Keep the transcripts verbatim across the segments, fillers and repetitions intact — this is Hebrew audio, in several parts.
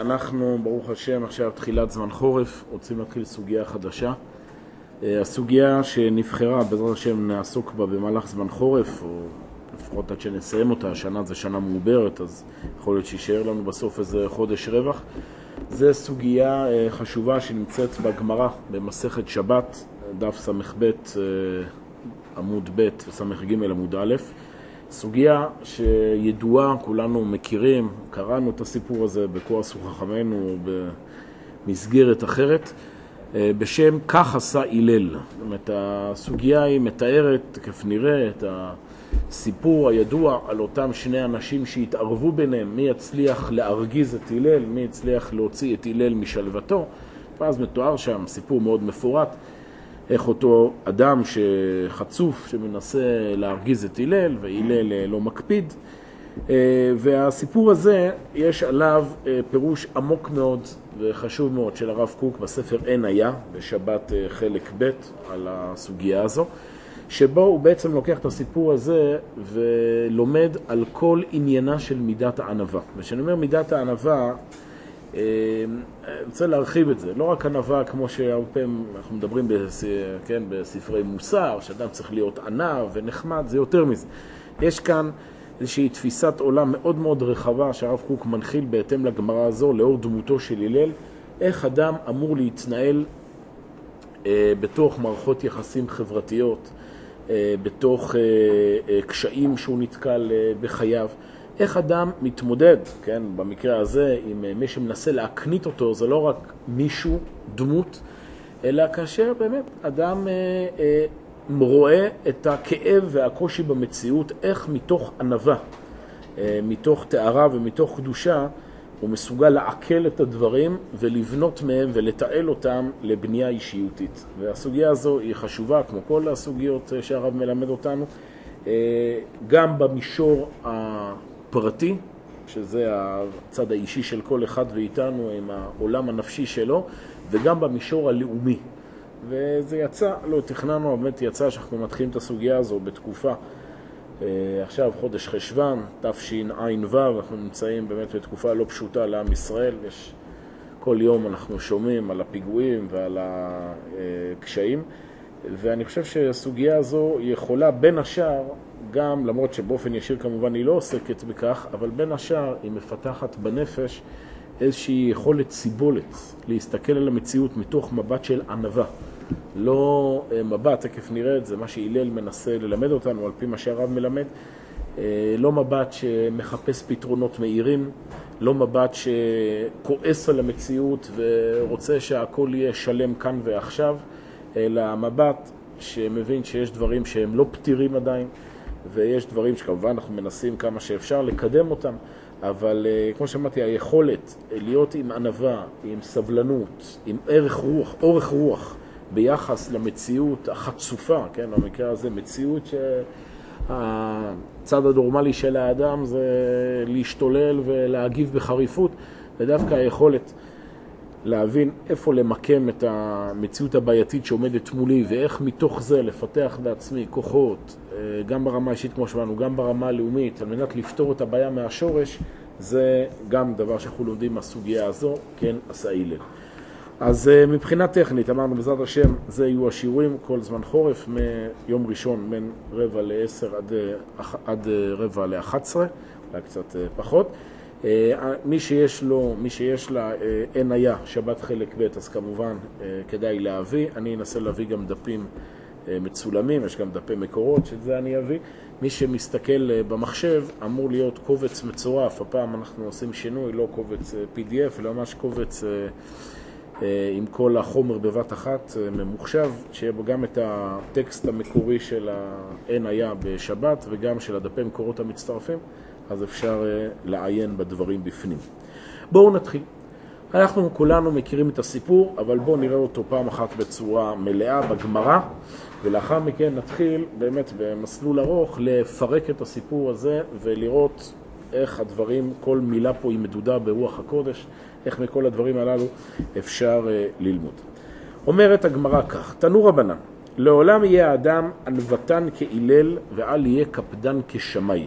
אנחנו, ברוך השם, עכשיו תחילת זמן חורף, רוצים להתחיל סוגיה חדשה. הסוגיה שנבחרה, בעזרת השם נעסוק בה במהלך זמן חורף, או לפחות עד שנסיים אותה, השנה זה שנה מעוברת, אז יכול להיות שישאר לנו בסוף איזה חודש רווח. זו סוגיה חשובה שנמצאת בגמרא, במסכת שבת, דף סמך ב' עמוד ב' וסמך ג' עמוד א'. סוגיה שידועה, כולנו מכירים, קראנו את הסיפור הזה בכוח חכמינו במסגרת אחרת, בשם כך עשה הלל. זאת אומרת, הסוגיה היא מתארת, כף נראה, את הסיפור הידוע על אותם שני אנשים שהתערבו ביניהם, מי יצליח להרגיז את הלל, מי יצליח להוציא את הלל משלוותו, ואז מתואר שם סיפור מאוד מפורט, איך אותו אדם שחצוף שמנסה להרגיז את הלל, והלל לא מקפיד. והסיפור הזה יש עליו פירוש עמוק מאוד וחשוב מאוד של הרב קוק בספר אין היה, בשבת חלק ב' על הסוגיה הזו, שבו הוא בעצם לוקח את הסיפור הזה ולומד על כל עניינה של מידת הענווה. וכשאני אומר מידת הענווה, אני רוצה להרחיב את זה, לא רק ענווה כמו שהרבה פעמים אנחנו מדברים בס... כן, בספרי מוסר, שאדם צריך להיות ענב ונחמד, זה יותר מזה. יש כאן איזושהי תפיסת עולם מאוד מאוד רחבה שהרב קוק מנחיל בהתאם לגמרא הזו, לאור דמותו של הלל, איך אדם אמור להתנהל אה, בתוך מערכות יחסים חברתיות, אה, בתוך אה, אה, קשיים שהוא נתקל אה, בחייו, איך אדם מתמודד, כן, במקרה הזה, עם מי שמנסה להקנית אותו, זה לא רק מישהו, דמות, אלא כאשר באמת אדם אה, אה, רואה את הכאב והקושי במציאות, איך מתוך ענווה, אה, מתוך תארה ומתוך קדושה, הוא מסוגל לעכל את הדברים ולבנות מהם ולתעל אותם לבנייה אישיותית. והסוגיה הזו היא חשובה, כמו כל הסוגיות שהרב מלמד אותנו, אה, גם במישור ה... פרטי, שזה הצד האישי של כל אחד ואיתנו עם העולם הנפשי שלו, וגם במישור הלאומי. וזה יצא, לא תכננו, באמת יצא שאנחנו מתחילים את הסוגיה הזו בתקופה, עכשיו חודש חשוון, תשע"ו, אנחנו נמצאים באמת בתקופה לא פשוטה לעם ישראל, יש, כל יום אנחנו שומעים על הפיגועים ועל הקשיים, ואני חושב שהסוגיה הזו יכולה בין השאר, גם למרות שבאופן ישיר כמובן היא לא עוסקת בכך, אבל בין השאר היא מפתחת בנפש איזושהי יכולת סיבולת, להסתכל על המציאות מתוך מבט של ענווה. לא מבט, תכף נראה את זה, מה שהילל מנסה ללמד אותנו על פי מה שהרב מלמד, לא מבט שמחפש פתרונות מהירים, לא מבט שכועס על המציאות ורוצה שהכל יהיה שלם כאן ועכשיו, אלא מבט שמבין שיש דברים שהם לא פתירים עדיין, ויש דברים שכמובן אנחנו מנסים כמה שאפשר לקדם אותם, אבל כמו שאמרתי, היכולת להיות עם ענווה, עם סבלנות, עם ערך רוח, אורך רוח, ביחס למציאות החצופה, כן, במקרה הזה מציאות שהצד הנורמלי של האדם זה להשתולל ולהגיב בחריפות, ודווקא היכולת להבין איפה למקם את המציאות הבעייתית שעומדת מולי, ואיך מתוך זה לפתח בעצמי כוחות, גם ברמה האישית כמו שלנו, גם ברמה הלאומית, על מנת לפתור את הבעיה מהשורש, זה גם דבר שאנחנו לומדים מהסוגיה הזו, כן, עשה הלל. אז מבחינה טכנית, אמרנו בעזרת השם, זה יהיו השיעורים כל זמן חורף, מיום ראשון בין רבע לעשר עד, עד רבע לאחת עשרה, אולי קצת פחות. מי שיש לו, מי שיש לה אין היה, שבת חלק ב', אז כמובן כדאי להביא. אני אנסה להביא גם דפים מצולמים, יש גם דפי מקורות, שזה אני אביא. מי שמסתכל במחשב אמור להיות קובץ מצורף, הפעם אנחנו עושים שינוי, לא קובץ פי די אף, אלא ממש קובץ עם כל החומר בבת אחת ממוחשב, שיהיה בו גם את הטקסט המקורי של האין היה בשבת, וגם של הדפי מקורות המצטרפים, אז אפשר לעיין בדברים בפנים. בואו נתחיל. אנחנו כולנו מכירים את הסיפור, אבל בואו נראה אותו פעם אחת בצורה מלאה בגמרא, ולאחר מכן נתחיל באמת במסלול ארוך לפרק את הסיפור הזה ולראות איך הדברים, כל מילה פה היא מדודה ברוח הקודש, איך מכל הדברים הללו אפשר ללמוד. אומרת הגמרא כך, תנו רבנן, לעולם יהיה האדם ענוותן כהלל ואל יהיה קפדן כשמאי.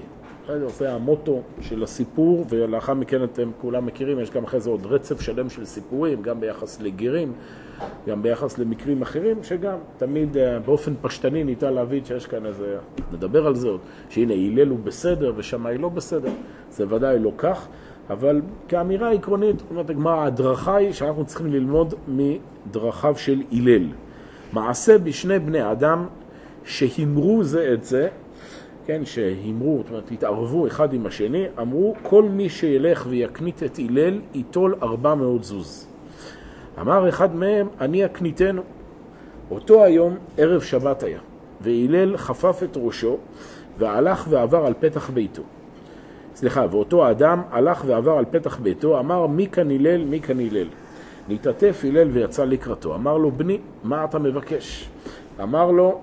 זה המוטו של הסיפור, ולאחר מכן אתם כולם מכירים, יש גם אחרי זה עוד רצף שלם של סיפורים, גם ביחס לגרים, גם ביחס למקרים אחרים, שגם תמיד באופן פשטני ניתן להבין שיש כאן איזה, נדבר על זה עוד, שהנה הלל הוא בסדר ושמאי לא בסדר, זה ודאי לא כך, אבל כאמירה עקרונית, זאת אומרת, מה ההדרכה היא שאנחנו צריכים ללמוד מדרכיו של הלל. מעשה בשני בני אדם שהימרו זה את זה, כן, שהימרו, זאת אומרת, התערבו אחד עם השני, אמרו, כל מי שילך ויקנית את הלל, ייטול ארבע מאות זוז. אמר אחד מהם, אני אקניתנו. אותו היום, ערב שבת היה, והלל חפף את ראשו, והלך ועבר על פתח ביתו. סליחה, ואותו האדם הלך ועבר על פתח ביתו, אמר, מי כאן הלל, מי כאן הלל. נתעטף הלל ויצא לקראתו. אמר לו, בני, מה אתה מבקש? אמר לו,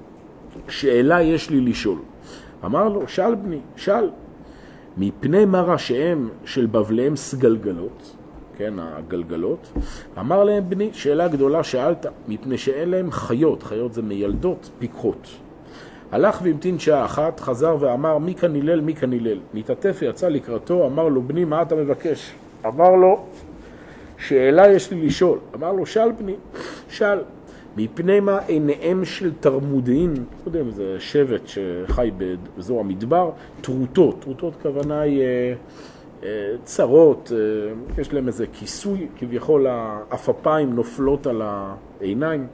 שאלה יש לי לשאול. אמר לו, שאל בני, שאל. מפני מה ראשיהם של בבליהם סגלגלות, כן, הגלגלות, אמר להם בני, שאלה גדולה שאלת, מפני שאין להם חיות, חיות זה מילדות, פיקחות. הלך והמתין שעה אחת, חזר ואמר, מי כאן הלל, מי כאן הלל. נתעטף ויצא לקראתו, אמר לו, בני, מה אתה מבקש? אמר לו, שאלה יש לי לשאול. אמר לו, שאל בני, שאל. מפני מה עיניהם של תרמודיים, לא יודע אם זה שבט שחי באזור המדבר, תרוטות, תרוטות כוונה היא אה, אה, צרות, אה, יש להם איזה כיסוי, כביכול האפפיים נופלות על העיניים.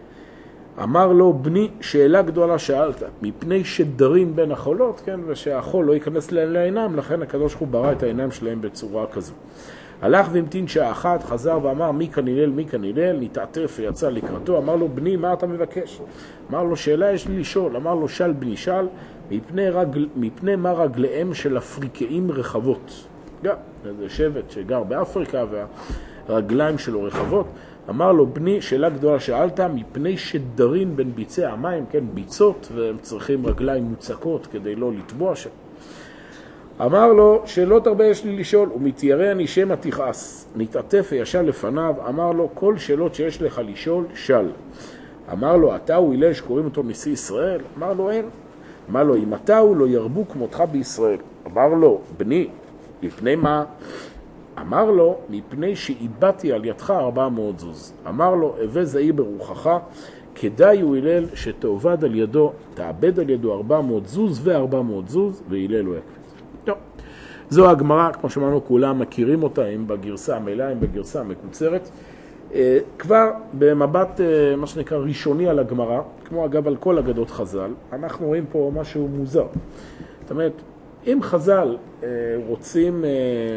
אמר לו, בני, שאלה גדולה שאלת, מפני שדרים בין החולות, כן, ושהחול לא ייכנס לעיניים, לכן הקדוש ברוך הוא ברא את העיניים שלהם בצורה כזו. הלך והמתין שעה אחת, חזר ואמר, מי כאן הלל, מי כאן הלל, נתעטף ויצא לקראתו, אמר לו, בני, מה אתה מבקש? אמר לו, שאלה יש לי לשאול, אמר לו, שאל בני, שאל, מפני, רגל, מפני מה רגליהם של אפריקאים רחבות. גם, זה שבט שגר באפריקה והרגליים שלו רחבות. אמר לו, בני, שאלה גדולה שאלת, מפני שדרים בין ביצי המים, כן, ביצות, והם צריכים רגליים מוצקות כדי לא לטבוע שם. אמר לו, שאלות הרבה יש לי לשאול, ומתיירא אני שמא תכעס. נתעטף וישב לפניו, אמר לו, כל שאלות שיש לך לשאול, שאל. אמר לו, אתה הוא הלל שקוראים אותו נשיא ישראל? אמר לו, אין. אמר לו, אם אתה הוא לא ירבו כמותך בישראל. אמר לו, בני, לפני מה? אמר לו, מפני שאיבדתי על ידך ארבע מאות זוז. אמר לו, הווה זהיר ברוחך, כדאי הוא הלל שתעובד על ידו, תעבד על ידו ארבע מאות זוז ו-ארבע מאות זוז, והלל הוא יקפיד. טוב, זו הגמרא, כמו שאמרנו, כולם מכירים אותה, אם בגרסה המלאה, אם בגרסה המקוצרת. כבר במבט, מה שנקרא, ראשוני על הגמרא, כמו אגב על כל אגדות חז"ל, אנחנו רואים פה משהו מוזר. זאת אומרת, אם חז"ל רוצים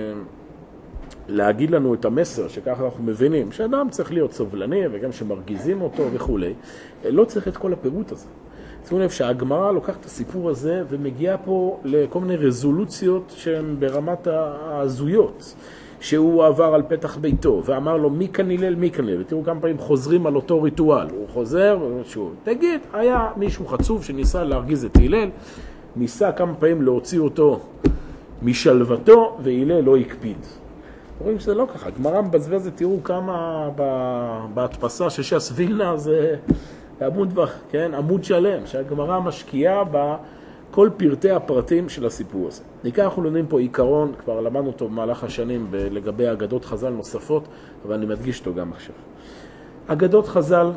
להגיד לנו את המסר, שככה אנחנו מבינים, שאדם צריך להיות סובלני וגם שמרגיזים אותו וכו', לא צריך את כל הפירוט הזה. שימו לב שהגמרא לוקחת את הסיפור הזה ומגיעה פה לכל מיני רזולוציות שהן ברמת ההזויות, שהוא עבר על פתח ביתו ואמר לו מי כאן הלל, מי כאן הלל, ותראו כמה פעמים חוזרים על אותו ריטואל, הוא חוזר ושוב, תגיד, היה מישהו חצוף שניסה להרגיז את הלל, ניסה כמה פעמים להוציא אותו משלוותו והלל לא הקפיד. רואים שזה לא ככה, הגמרא מבזבזת, תראו כמה בהדפסה של ש"ס וילנה זה עמוד, כן, עמוד שלם, שהגמרא משקיעה בכל פרטי הפרטים של הסיפור הזה. ניקח, אנחנו לומדים פה עיקרון, כבר למדנו אותו במהלך השנים לגבי אגדות חז"ל נוספות, אבל אני מדגיש אותו גם עכשיו. אגדות חז"ל,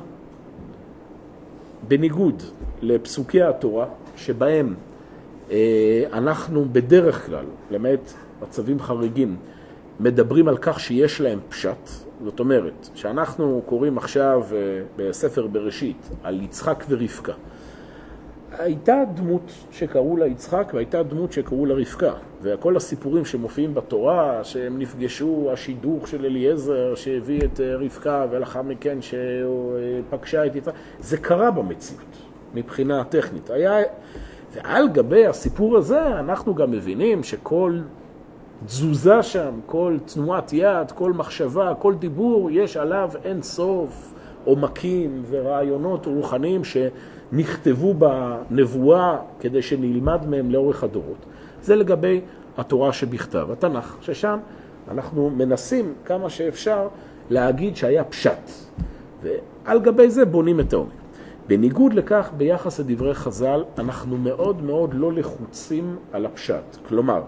בניגוד לפסוקי התורה, שבהם אה, אנחנו בדרך כלל, למעט מצבים חריגים, מדברים על כך שיש להם פשט, זאת אומרת, שאנחנו קוראים עכשיו בספר בראשית על יצחק ורבקה. הייתה דמות שקראו לה יצחק והייתה דמות שקראו לה רבקה, וכל הסיפורים שמופיעים בתורה, שהם נפגשו, השידוך של אליעזר שהביא את רבקה ולאחר מכן שפגשה את יצחק, זה קרה במציאות מבחינה טכנית. היה, ועל גבי הסיפור הזה אנחנו גם מבינים שכל תזוזה שם, כל תנועת יד, כל מחשבה, כל דיבור, יש עליו אין סוף עומקים ורעיונות רוחניים שנכתבו בנבואה כדי שנלמד מהם לאורך הדורות. זה לגבי התורה שבכתב, התנ"ך, ששם אנחנו מנסים כמה שאפשר להגיד שהיה פשט, ועל גבי זה בונים את העומק. בניגוד לכך, ביחס לדברי חז"ל, אנחנו מאוד מאוד לא לחוצים על הפשט. כלומר,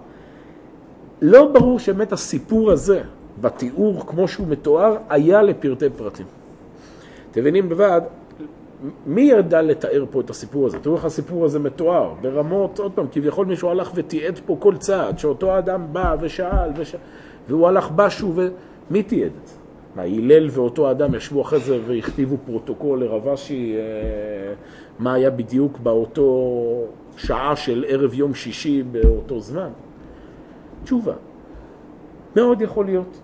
לא ברור שבאמת הסיפור הזה, בתיאור כמו שהוא מתואר, היה לפרטי פרטים. תבינים בבד, מי ידע לתאר פה את הסיפור הזה? תראו איך הסיפור הזה מתואר, ברמות, עוד פעם, כביכול מישהו הלך ותיעד פה כל צעד, שאותו אדם בא ושאל, וש... והוא הלך בשו, ומי תיעד את זה? מה, הלל ואותו אדם ישבו אחרי זה והכתיבו פרוטוקול לרבשי, אה, מה היה בדיוק באותו שעה של ערב יום שישי באותו זמן? תשובה, מאוד יכול להיות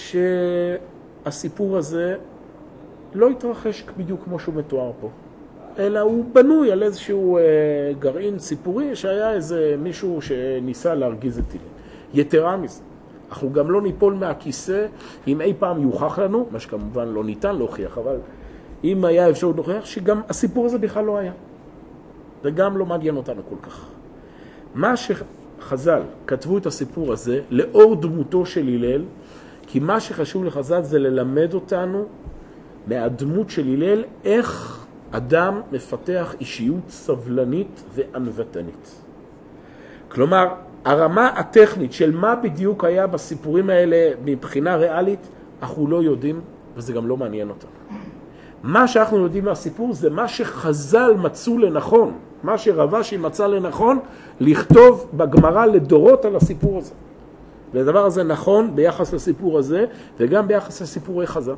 שהסיפור הזה לא התרחש בדיוק כמו שהוא מתואר פה, אלא הוא בנוי על איזשהו אה, גרעין סיפורי שהיה איזה מישהו שניסה להרגיז את הלל. יתרה מזה, אנחנו גם לא ניפול מהכיסא אם אי פעם יוכח לנו, מה שכמובן לא ניתן להוכיח, אבל אם היה אפשר להוכיח שגם הסיפור הזה בכלל לא היה. זה גם לא מעניין אותנו כל כך. מה שחז"ל כתבו את הסיפור הזה לאור דמותו של הלל, כי מה שחשוב לחז"ל זה ללמד אותנו מהדמות של הלל איך אדם מפתח אישיות סבלנית וענוותנית. כלומר, הרמה הטכנית של מה בדיוק היה בסיפורים האלה מבחינה ריאלית, אנחנו לא יודעים וזה גם לא מעניין אותנו. מה שאנחנו יודעים מהסיפור זה מה שחז"ל מצאו לנכון, מה שרבשי מצא לנכון לכתוב בגמרא לדורות על הסיפור הזה. והדבר הזה נכון ביחס לסיפור הזה וגם ביחס לסיפורי חז"ל.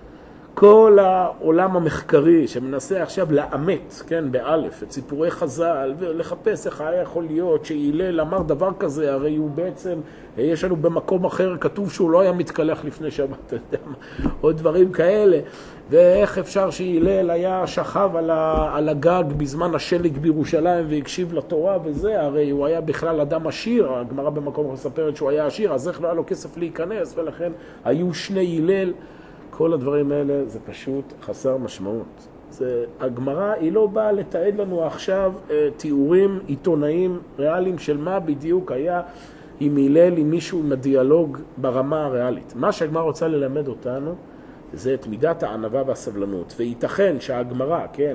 כל העולם המחקרי שמנסה עכשיו לאמת, כן, באלף, את סיפורי חז"ל, ולחפש איך היה יכול להיות שהלל אמר דבר כזה, הרי הוא בעצם, יש לנו במקום אחר כתוב שהוא לא היה מתקלח לפני שבת, אתה יודע מה, עוד דברים כאלה, ואיך אפשר שהלל היה שכב על, ה, על הגג בזמן השלג בירושלים והקשיב לתורה וזה, הרי הוא היה בכלל אדם עשיר, הגמרא במקום מספרת שהוא היה עשיר, אז איך לא היה לו כסף להיכנס, ולכן היו שני הלל, כל הדברים האלה זה פשוט חסר משמעות. זה, הגמרא היא לא באה לתעד לנו עכשיו אה, תיאורים עיתונאיים ריאליים של מה בדיוק היה עם הלל, עם מישהו, עם הדיאלוג ברמה הריאלית. מה שהגמרא רוצה ללמד אותנו זה את מידת הענווה והסבלנות. וייתכן שהגמרא, כן,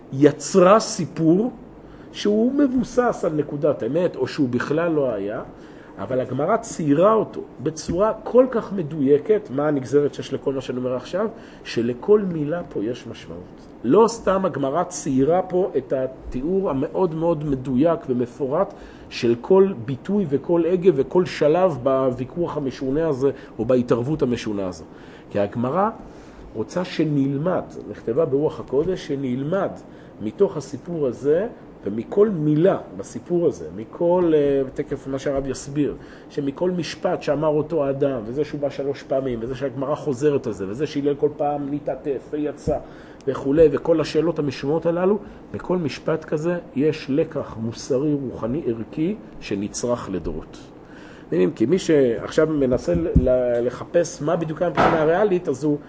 יצרה סיפור שהוא מבוסס על נקודת אמת או שהוא בכלל לא היה, אבל הגמרא ציירה אותו בצורה כל כך מדויקת, מה הנגזרת שיש לכל מה שאני אומר עכשיו, שלכל מילה פה יש משמעות. לא סתם הגמרא ציירה פה את התיאור המאוד מאוד מדויק ומפורט של כל ביטוי וכל הגה וכל שלב בוויכוח המשונה הזה או בהתערבות המשונה הזו. כי הגמרא רוצה שנלמד, נכתבה ברוח הקודש, שנלמד מתוך הסיפור הזה ומכל מילה בסיפור הזה, מכל, תקף מה שהרב יסביר, שמכל משפט שאמר אותו האדם, וזה שהוא בא שלוש פעמים, וזה שהגמרא חוזרת על זה, וזה שהלל כל פעם נתעטף ויצא וכו', וכל השאלות המשמעות הללו, בכל משפט כזה יש לקח מוסרי, רוחני, ערכי, שנצרך לדורות. מבינים, כי מי שעכשיו מנסה לחפש מה בדיוק מבחינה הריאלית, אז הוא...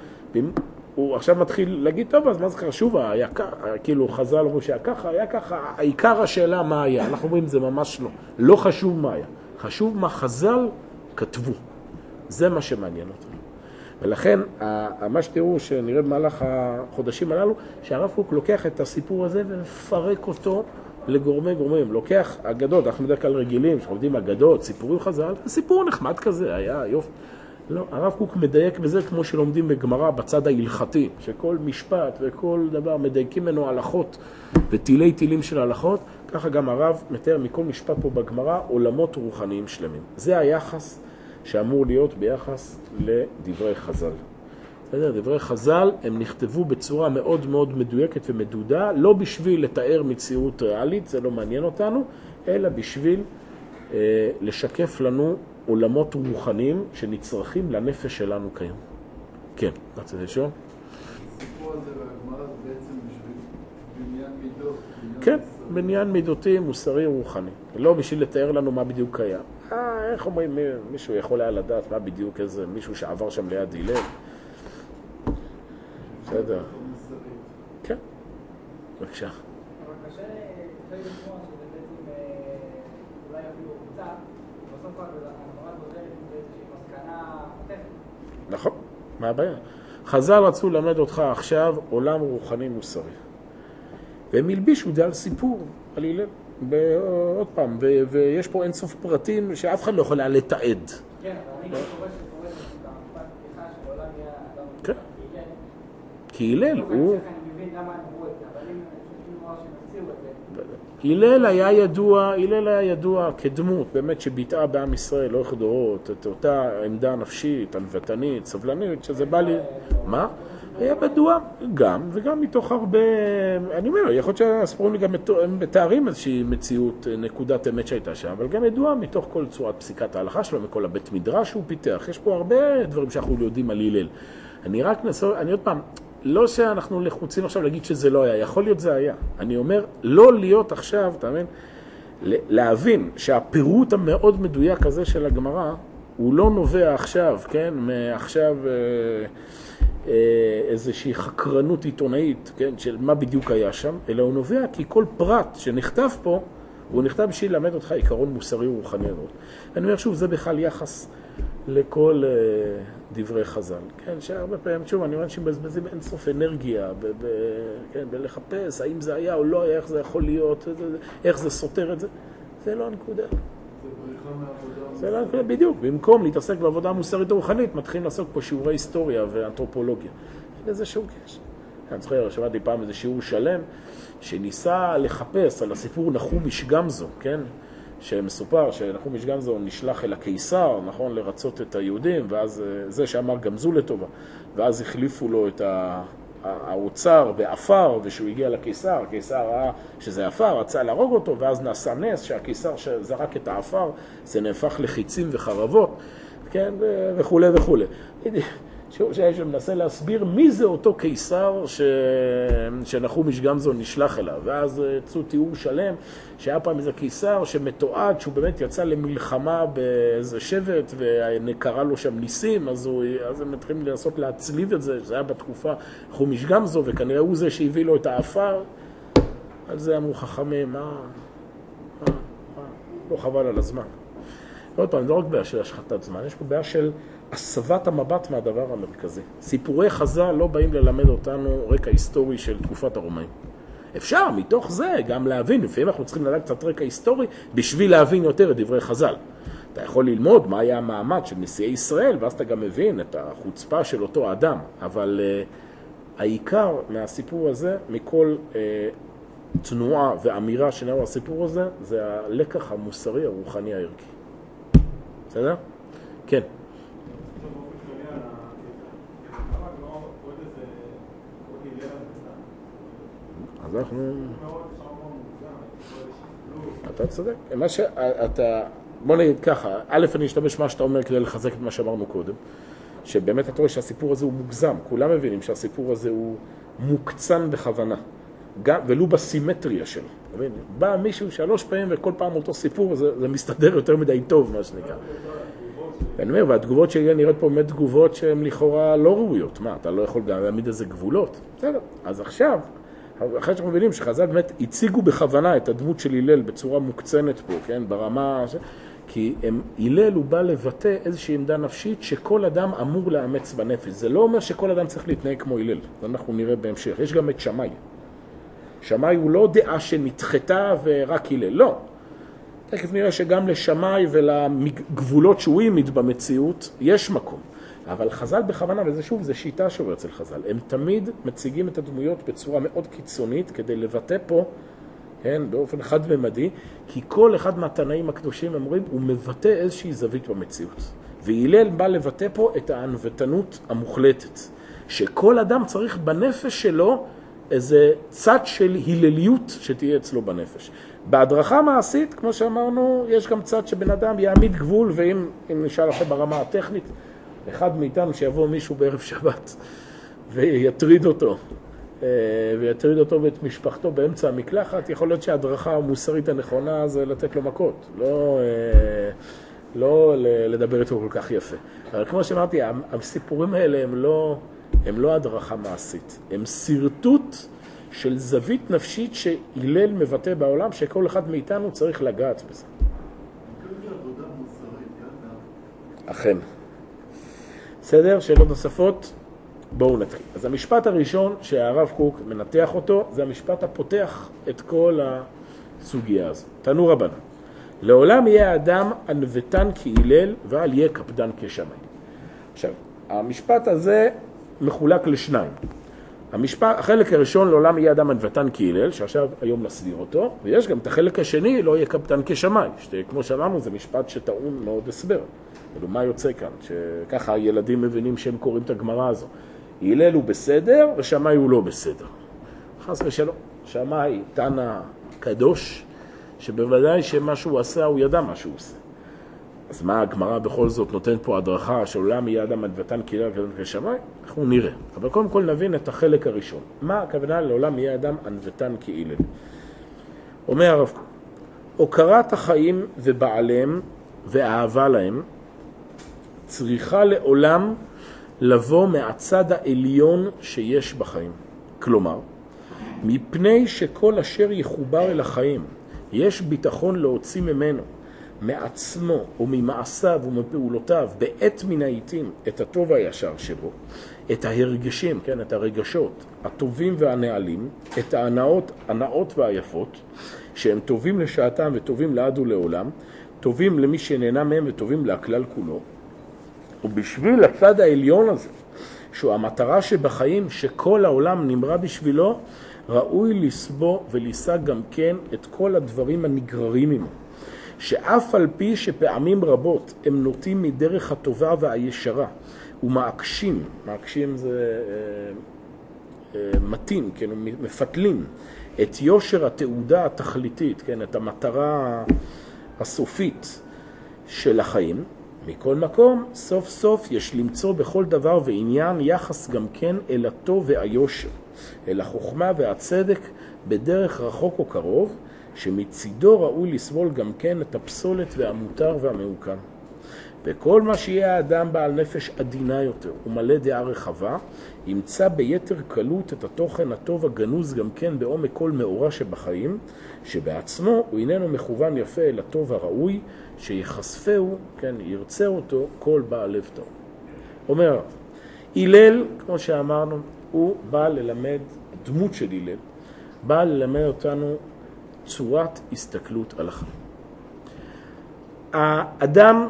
הוא עכשיו מתחיל להגיד, טוב, אז מה זה חשוב? היה ככה, כאילו חז"ל אמרו שהיה ככה, היה ככה, העיקר השאלה מה היה. אנחנו אומרים, זה ממש לא. לא חשוב מה היה. חשוב מה חז"ל כתבו. זה מה שמעניין אותנו. ולכן, מה שתראו שנראה במהלך החודשים הללו, שהרב קוק לוקח את הסיפור הזה ומפרק אותו לגורמי גורמים. לוקח אגדות, אנחנו בדרך כלל רגילים, שאנחנו יודעים אגדות, סיפורים חז"ל, סיפור נחמד כזה, היה יופי. לא, הרב קוק מדייק בזה כמו שלומדים בגמרא בצד ההלכתי, שכל משפט וכל דבר מדייקים ממנו הלכות וטילי טילים של הלכות, ככה גם הרב מתאר מכל משפט פה בגמרא עולמות רוחניים שלמים. זה היחס שאמור להיות ביחס לדברי חז"ל. בסדר? דברי חז"ל הם נכתבו בצורה מאוד מאוד מדויקת ומדודה, לא בשביל לתאר מציאות ריאלית, זה לא מעניין אותנו, אלא בשביל אה, לשקף לנו עולמות רוחניים שנצרכים לנפש שלנו כיום. כן, רצית לשאול? הסיפור הזה והגמרא זה בעצם בשביל בניין מידות. כן, בניין מידותי, מוסרי, רוחני. לא בשביל לתאר לנו מה בדיוק היה. אה, איך אומרים, מישהו יכול היה לדעת מה בדיוק איזה, מישהו שעבר שם ליד הלל. בסדר. כן, בבקשה. אבל קשה לשמוע שזה בעצם אולי אפילו קבוצה, בסוף הגמרא גוזרת באיזושהי מסקנה טכנית. נכון, מה הבעיה? חז"ל רצו ללמד אותך עכשיו עולם רוחני מוסרי. והם הלבישו את זה על סיפור, על הלל. עוד פעם, ו- ויש פה אינסוף פרטים שאף אחד לא יכול היה לתעד. כן, אבל אני קורא שקורא במשפט פתיחה שעולם יהיה אדם... כן. כי הלל הוא... אני מבין למה הם אמרו את זה, אבל אם אני אומר שמציעו את זה... הלל היה ידוע, הלל היה ידוע כדמות, באמת שביטאה בעם ישראל, לאורך דורות, את אותה עמדה נפשית, ענוותנית, סבלנית, שזה בא לי... מה? היה בדוע גם, וגם מתוך הרבה... אני אומר, יכול להיות שהספורים לי גם מתארים איזושהי מציאות, נקודת אמת שהייתה שם, אבל גם ידוע מתוך כל צורת פסיקת ההלכה שלו, מכל הבית מדרש שהוא פיתח. יש פה הרבה דברים שאנחנו יודעים על הלל. אני רק נסו... אני עוד פעם... לא שאנחנו לחוצים עכשיו להגיד שזה לא היה, יכול להיות זה היה. אני אומר, לא להיות עכשיו, אתה מבין? להבין שהפירוט המאוד מדויק הזה של הגמרא, הוא לא נובע עכשיו, כן? מעכשיו אה, אה, איזושהי חקרנות עיתונאית, כן? של מה בדיוק היה שם, אלא הוא נובע כי כל פרט שנכתב פה, הוא נכתב בשביל ללמד אותך עיקרון מוסרי ורוחני. אני אומר שוב, זה בכלל יחס לכל אה, דברי חז"ל, כן, שהרבה פעמים, שוב, אני אומר שבזבזים אין סוף אנרגיה, ב- ב- כן, בלחפש האם זה היה או לא היה, איך זה יכול להיות, איך זה סותר את זה, זה לא הנקודה. זה בריחה מהעבודה. זה לא הנקודה, בדיוק. במקום להתעסק בעבודה מוסרית ורוחנית, מתחילים לעסוק פה שיעורי היסטוריה ואנתרופולוגיה. אין לזה שום קשר. אני זוכר, שמעתי פעם איזה שיעור שלם, שניסה לחפש על הסיפור נחום איש גמזו, כן? שמסופר שנחום איש גמזו נשלח אל הקיסר, נכון, לרצות את היהודים, ואז זה שאמר גמזו לטובה, ואז החליפו לו את האוצר באפר, ושהוא הגיע לקיסר, הקיסר ראה שזה אפר, רצה להרוג אותו, ואז נעשה נס שהקיסר שזרק את האפר, זה נהפך לחיצים וחרבות, כן, וכו' וכו'. שמנסה להסביר מי זה אותו קיסר ש... שנחום איש גמזו נשלח אליו, ואז יצאו תיאור שלם שהיה פעם איזה קיסר שמתועד שהוא באמת יצא למלחמה באיזה שבט ונקרא לו שם ניסים, אז, הוא... אז הם מתחילים לנסות להצליב את זה, שזה היה בתקופה נחום איש גמזו, וכנראה הוא זה שהביא לו את האפר. על זה אמרו חכמים, מה? מה? מה? לא חבל על הזמן. עוד פעם, לא רק בעיה של השחתת זמן, יש פה בעיה של הסבת המבט מהדבר המרכזי. סיפורי חז"ל לא באים ללמד אותנו רקע היסטורי של תקופת הרומאים. אפשר מתוך זה גם להבין, לפעמים אנחנו צריכים לדעת קצת רקע היסטורי בשביל להבין יותר את דברי חז"ל. אתה יכול ללמוד מה היה המעמד של נשיאי ישראל, ואז אתה גם מבין את החוצפה של אותו אדם. אבל uh, העיקר מהסיפור הזה, מכל uh, תנועה ואמירה שנאמר הסיפור הזה, זה הלקח המוסרי הרוחני הערכי. בסדר? כן. אז אנחנו... אתה צודק. מה שאתה... בוא נגיד ככה, א', אני אשתמש מה שאתה אומר כדי לחזק את מה שאמרנו קודם, שבאמת אתה רואה שהסיפור הזה הוא מוגזם. כולם מבינים שהסיפור הזה הוא מוקצן בכוונה, גם, ולא בסימטריה שלו. בא מישהו שלוש פעמים וכל פעם אותו סיפור, זה, זה מסתדר יותר מדי טוב, מה שנקרא. ואני אומר, והתגובות שלי נראית פה באמת תגובות שהן לכאורה לא ראויות. מה, אתה לא יכול גם להעמיד איזה גבולות? בסדר. אז עכשיו, אחרי שאנחנו מבינים שחז"ל באמת הציגו בכוונה את הדמות של הלל בצורה מוקצנת פה, כן, ברמה... כי הם, הלל הוא בא לבטא איזושהי עמדה נפשית שכל אדם אמור לאמץ בנפש. זה לא אומר שכל אדם צריך להתנהג כמו הלל. זה אנחנו נראה בהמשך. יש גם את שמאי. שמאי הוא לא דעה שנדחתה ורק הלל. לא. תכף נראה שגם לשמאי ולגבולות שהוא העמיד במציאות יש מקום. אבל חז"ל בכוונה, וזה שוב, זה שיטה שעובר אצל חז"ל. הם תמיד מציגים את הדמויות בצורה מאוד קיצונית כדי לבטא פה, כן, באופן חד-ממדי, כי כל אחד מהתנאים הקדושים אומרים, הוא מבטא איזושהי זווית במציאות. והלל בא לבטא פה את הענוותנות המוחלטת, שכל אדם צריך בנפש שלו איזה צד של הלליות שתהיה אצלו בנפש. בהדרכה מעשית, כמו שאמרנו, יש גם צד שבן אדם יעמיד גבול, ואם נשאל לכם ברמה הטכנית, אחד מאיתנו שיבוא מישהו בערב שבת ויטריד אותו, ויטריד אותו ואת משפחתו באמצע המקלחת, יכול להיות שההדרכה המוסרית הנכונה זה לתת לו מכות, לא, לא לדבר איתו כל כך יפה. אבל כמו שאמרתי, הסיפורים האלה הם לא, הם לא הדרכה מעשית, הם סרטוט של זווית נפשית שהלל מבטא בעולם, שכל אחד מאיתנו צריך לגעת בזה. אכן. בסדר? שאלות נוספות? בואו נתחיל. אז המשפט הראשון שהרב קוק מנתח אותו, זה המשפט הפותח את כל הסוגיה הזו. תנו רבנן, לעולם יהיה האדם ענוותן כהלל ואל יהיה קפדן כשמאי. עכשיו, המשפט הזה מחולק לשניים. המשפט, החלק הראשון, לעולם יהיה אדם ענוותן כהלל, שעכשיו היום נסביר אותו, ויש גם את החלק השני, לא יהיה קפדן כשמאי, שכמו שאמרנו, זה משפט שטעון מאוד הסבר. אבל מה יוצא כאן? שככה הילדים מבינים שהם קוראים את הגמרא הזו. הלל הוא בסדר ושמאי הוא לא בסדר. חס ושלום, שמאי תנא קדוש, שבוודאי שמה שהוא עשה, הוא ידע מה שהוא עושה. אז מה הגמרא בכל זאת נותנת פה הדרכה שעולם יהיה אדם ענוותן כהלל כשמאי? אנחנו נראה. אבל קודם כל נבין את החלק הראשון. מה הכוונה לעולם יהיה אדם ענוותן כהלל? אומר הרב, הוקרת החיים ובעליהם ואהבה להם צריכה לעולם לבוא מהצד העליון שיש בחיים. כלומר, מפני שכל אשר יחובר אל החיים יש ביטחון להוציא ממנו, מעצמו וממעשיו ומפעולותיו בעת מן העיתים את הטוב הישר שבו, את ההרגשים, כן, את הרגשות הטובים והנעלים, את ההנאות, הנאות והיפות, שהם טובים לשעתם וטובים לעד ולעולם, טובים למי שנהנה מהם וטובים להכלל כולו. ובשביל הצד העליון הזה, שהוא המטרה שבחיים שכל העולם נמרא בשבילו, ראוי לסבו ולישא גם כן את כל הדברים הנגררים ממנו. שאף על פי שפעמים רבות הם נוטים מדרך הטובה והישרה ומעקשים, מעקשים זה אה, אה, מתים, כן, מפתלים את יושר התעודה התכליתית, כן, את המטרה הסופית של החיים, מכל מקום, סוף סוף יש למצוא בכל דבר ועניין יחס גם כן אל הטוב והיושר, אל החוכמה והצדק בדרך רחוק או קרוב, שמצידו ראוי לסבול גם כן את הפסולת והמותר והמעוקם. וכל מה שיהיה האדם בעל נפש עדינה יותר ומלא דעה רחבה, ימצא ביתר קלות את התוכן הטוב הגנוז גם כן בעומק כל מאורע שבחיים, שבעצמו הוא איננו מכוון יפה אל הטוב הראוי, שיחשפהו, כן, ירצה אותו כל בעל לב טוב. אומר, הלל, כמו שאמרנו, הוא בא ללמד, דמות של הלל, בא ללמד אותנו צורת הסתכלות על החיים. האדם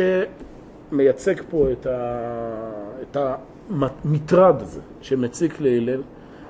שמייצג פה את, ה... את המטרד הזה, שמציק להלל,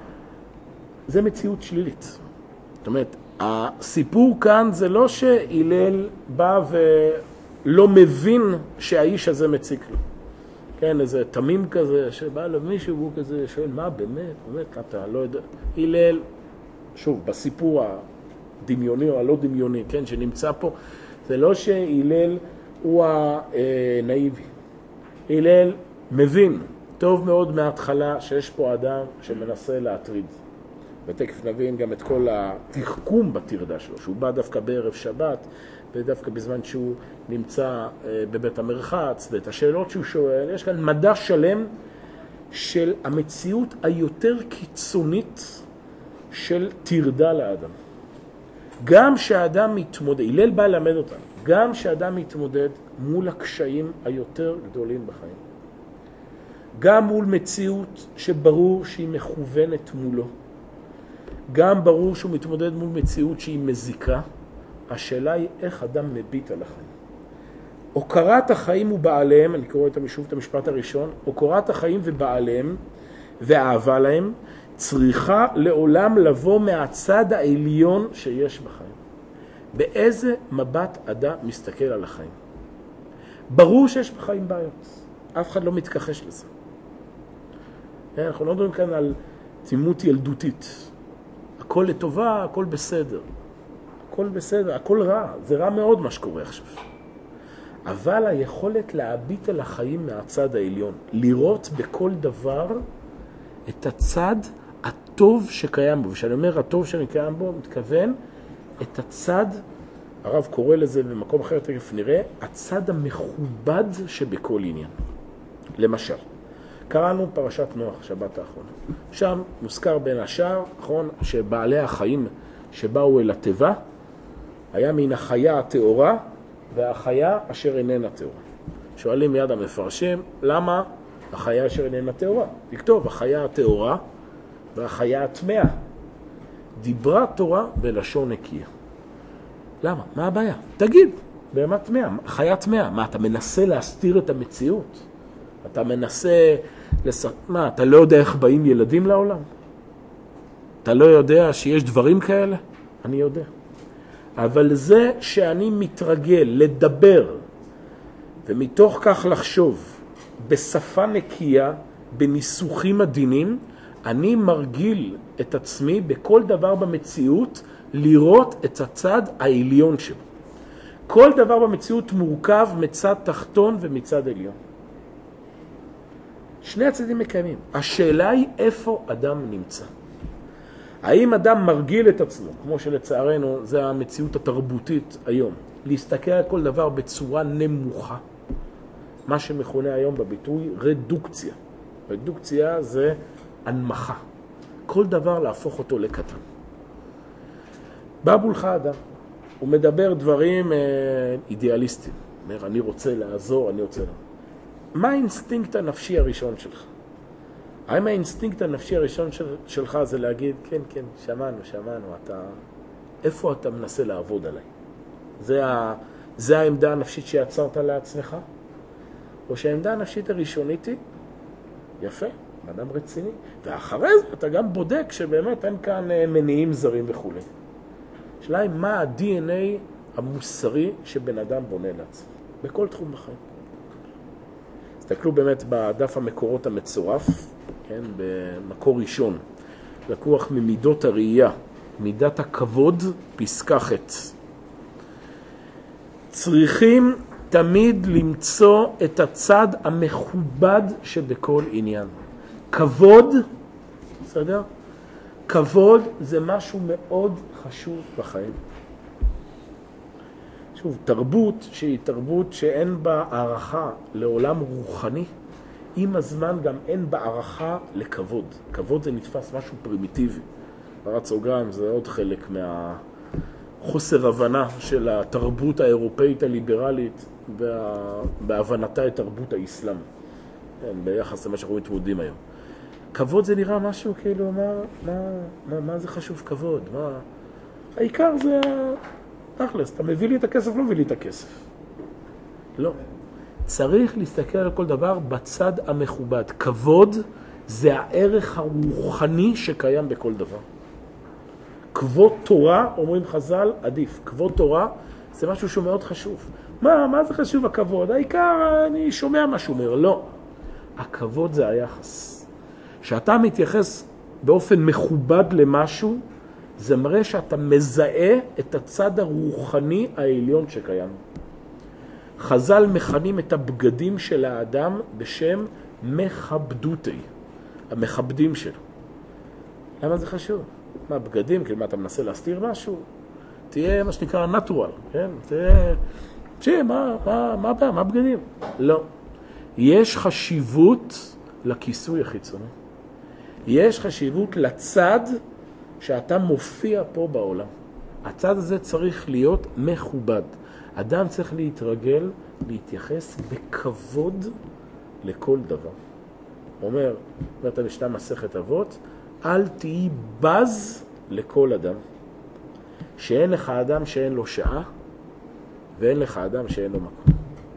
זה מציאות שלילית. זאת אומרת, הסיפור כאן זה לא שהלל בא ולא מבין שהאיש הזה מציק לו. כן, איזה תמים כזה, שבא למישהו והוא כזה שואל, מה באמת? באמת, אתה לא יודע. הלל, שוב, בסיפור הדמיוני או הלא דמיוני, כן, שנמצא פה, זה לא שהלל הוא הנאיבי. הלל מבין טוב מאוד מההתחלה שיש פה אדם שמנסה להטריד. ותכף נבין גם את כל התחכום בתרדה שלו, שהוא בא דווקא בערב שבת, ודווקא בזמן שהוא נמצא בבית המרחץ, ואת השאלות שהוא שואל, יש כאן מדע שלם של המציאות היותר קיצונית של תרדה לאדם. גם שהאדם מתמודד, הלל בא ללמד אותנו, גם שהאדם מתמודד מול הקשיים היותר גדולים בחיים. גם מול מציאות שברור שהיא מכוונת מולו. גם ברור שהוא מתמודד מול מציאות שהיא מזיקה. השאלה היא איך אדם מביט על החיים. הוקרת החיים ובעליהם, אני קורא את המשוב את המשפט הראשון, הוקרת החיים ובעליהם ואהבה להם, צריכה לעולם לבוא מהצד העליון שיש בחיים. באיזה מבט אדם מסתכל על החיים? ברור שיש בחיים בעיות. אף אחד לא מתכחש לזה. אנחנו לא מדברים כאן על תמימות ילדותית. הכל לטובה, הכל בסדר. הכל בסדר, הכל רע. זה רע מאוד מה שקורה עכשיו. אבל היכולת להביט על החיים מהצד העליון, לראות בכל דבר את הצד הטוב שקיים בו. ושאני אומר הטוב שאני קיים בו, מתכוון את הצד, הרב קורא לזה במקום אחר, תכף נראה, הצד המכובד שבכל עניין. למשל, קראנו פרשת נוח, שבת האחרונה. שם מוזכר בין השאר, נכון, שבעלי החיים שבאו אל הטבע, היה מן החיה הטהורה והחיה אשר איננה טהורה. שואלים מיד המפרשים, למה החיה אשר איננה טהורה. תכתוב, החיה הטהורה והחיה הטמאה. דיברה תורה בלשון נקייה. למה? מה הבעיה? תגיד, בהמה טמאה, חיה טמאה. מה, אתה מנסה להסתיר את המציאות? אתה מנסה... לס... מה, אתה לא יודע איך באים ילדים לעולם? אתה לא יודע שיש דברים כאלה? אני יודע. אבל זה שאני מתרגל לדבר, ומתוך כך לחשוב, בשפה נקייה, בניסוחים עדינים, אני מרגיל את עצמי בכל דבר במציאות, לראות את הצד העליון שלו. כל דבר במציאות מורכב מצד תחתון ומצד עליון. שני הצדים מקיימים. השאלה היא איפה אדם נמצא. האם אדם מרגיל את עצמו, כמו שלצערנו זה המציאות התרבותית היום, להסתכל על כל דבר בצורה נמוכה, מה שמכונה היום בביטוי רדוקציה. רדוקציה זה הנמכה. כל דבר להפוך אותו לקטן. בא מולך אדם, הוא מדבר דברים אידיאליסטיים. אומר, אני רוצה לעזור, אני רוצה... מה האינסטינקט הנפשי הראשון שלך? האם האינסטינקט הנפשי הראשון של, שלך זה להגיד, כן, כן, שמענו, שמענו, אתה... איפה אתה מנסה לעבוד עליי? זה, ה... זה העמדה הנפשית שיצרת לעצמך? או שהעמדה הנפשית הראשונית היא, יפה, אדם רציני, ואחרי זה אתה גם בודק שבאמת אין כאן מניעים זרים וכו'. השאלה היא מה ה-די אן איי המוסרי שבן אדם בונה לעצמו, בכל תחום בחיים. תסתכלו באמת בדף המקורות המצורף, כן, במקור ראשון, לקוח ממידות הראייה, מידת הכבוד, פסקה ח'. צריכים תמיד למצוא את הצד המכובד שבכל עניין. כבוד, בסדר? כבוד זה משהו מאוד חשוב בחיים. שוב, תרבות שהיא תרבות שאין בה הערכה לעולם רוחני, עם הזמן גם אין בה הערכה לכבוד. כבוד זה נתפס משהו פרימיטיבי. פרץ סוגריים זה עוד חלק מהחוסר הבנה של התרבות האירופאית הליברלית בהבנתה את תרבות האסלאם. כן, ביחס למה שאנחנו מתמודדים היום. כבוד זה נראה משהו כאילו, מה, מה, מה, מה זה חשוב כבוד? מה... העיקר זה... תכלס, אתה מביא לי את הכסף, לא מביא לי את הכסף. לא. צריך להסתכל על כל דבר בצד המכובד. כבוד זה הערך הרוחני שקיים בכל דבר. כבוד תורה, אומרים חז"ל, עדיף. כבוד תורה זה משהו שהוא מאוד חשוב. מה, מה זה חשוב הכבוד? העיקר אני שומע מה שהוא אומר. לא. הכבוד זה היחס. שאתה מתייחס באופן מכובד למשהו, זה מראה שאתה מזהה את הצד הרוחני העליון שקיים. חז"ל מכנים את הבגדים של האדם בשם מכבדותי, המכבדים שלו. למה זה חשוב? מה, בגדים? כאילו מה, אתה מנסה להסתיר משהו? תהיה מה שנקרא נטורל, כן? תהיה... תהיה, מה, מה, מה, מה, מה בגדים? לא. יש חשיבות לכיסוי החיצוני. יש חשיבות לצד שאתה מופיע פה בעולם. הצד הזה צריך להיות מכובד. אדם צריך להתרגל, להתייחס בכבוד לכל דבר. אומר, אומרת המשנה מסכת אבות, אל תהי בז לכל אדם. שאין לך אדם שאין לו שעה, ואין לך אדם שאין לו מקום.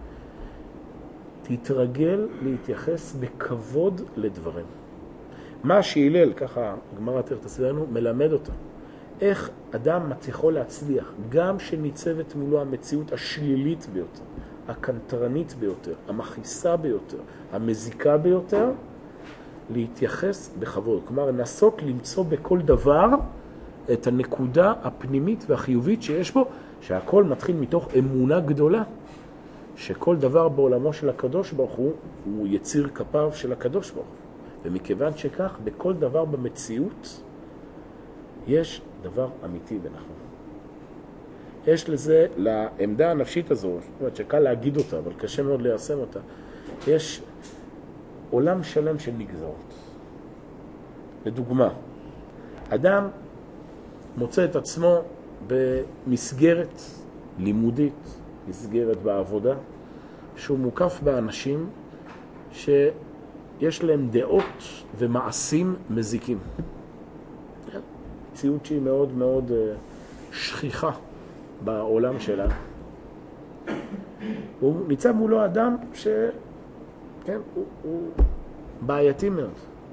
תתרגל להתייחס בכבוד לדברים. מה שהילל, ככה גמרא תכף תסבירנו, מלמד אותה. איך אדם מצליחו להצליח, גם שניצבת מולו המציאות השלילית ביותר, הקנטרנית ביותר, המכעיסה ביותר, המזיקה ביותר, להתייחס בכבוד. כלומר, לנסות למצוא בכל דבר את הנקודה הפנימית והחיובית שיש בו, שהכל מתחיל מתוך אמונה גדולה, שכל דבר בעולמו של הקדוש ברוך הוא, הוא יציר כפיו של הקדוש ברוך הוא. ומכיוון שכך, בכל דבר במציאות, יש דבר אמיתי ונכון. יש לזה, לעמדה הנפשית הזו, זאת אומרת שקל להגיד אותה, אבל קשה מאוד ליישם אותה, יש עולם שלם של נגזרות. לדוגמה, אדם מוצא את עצמו במסגרת לימודית, מסגרת בעבודה, שהוא מוקף באנשים ש... יש להם דעות ומעשים מזיקים. מציאות שהיא מאוד מאוד שכיחה בעולם שלנו. הוא ניצב מולו אדם ש... כן, הוא, הוא בעייתי מאוד.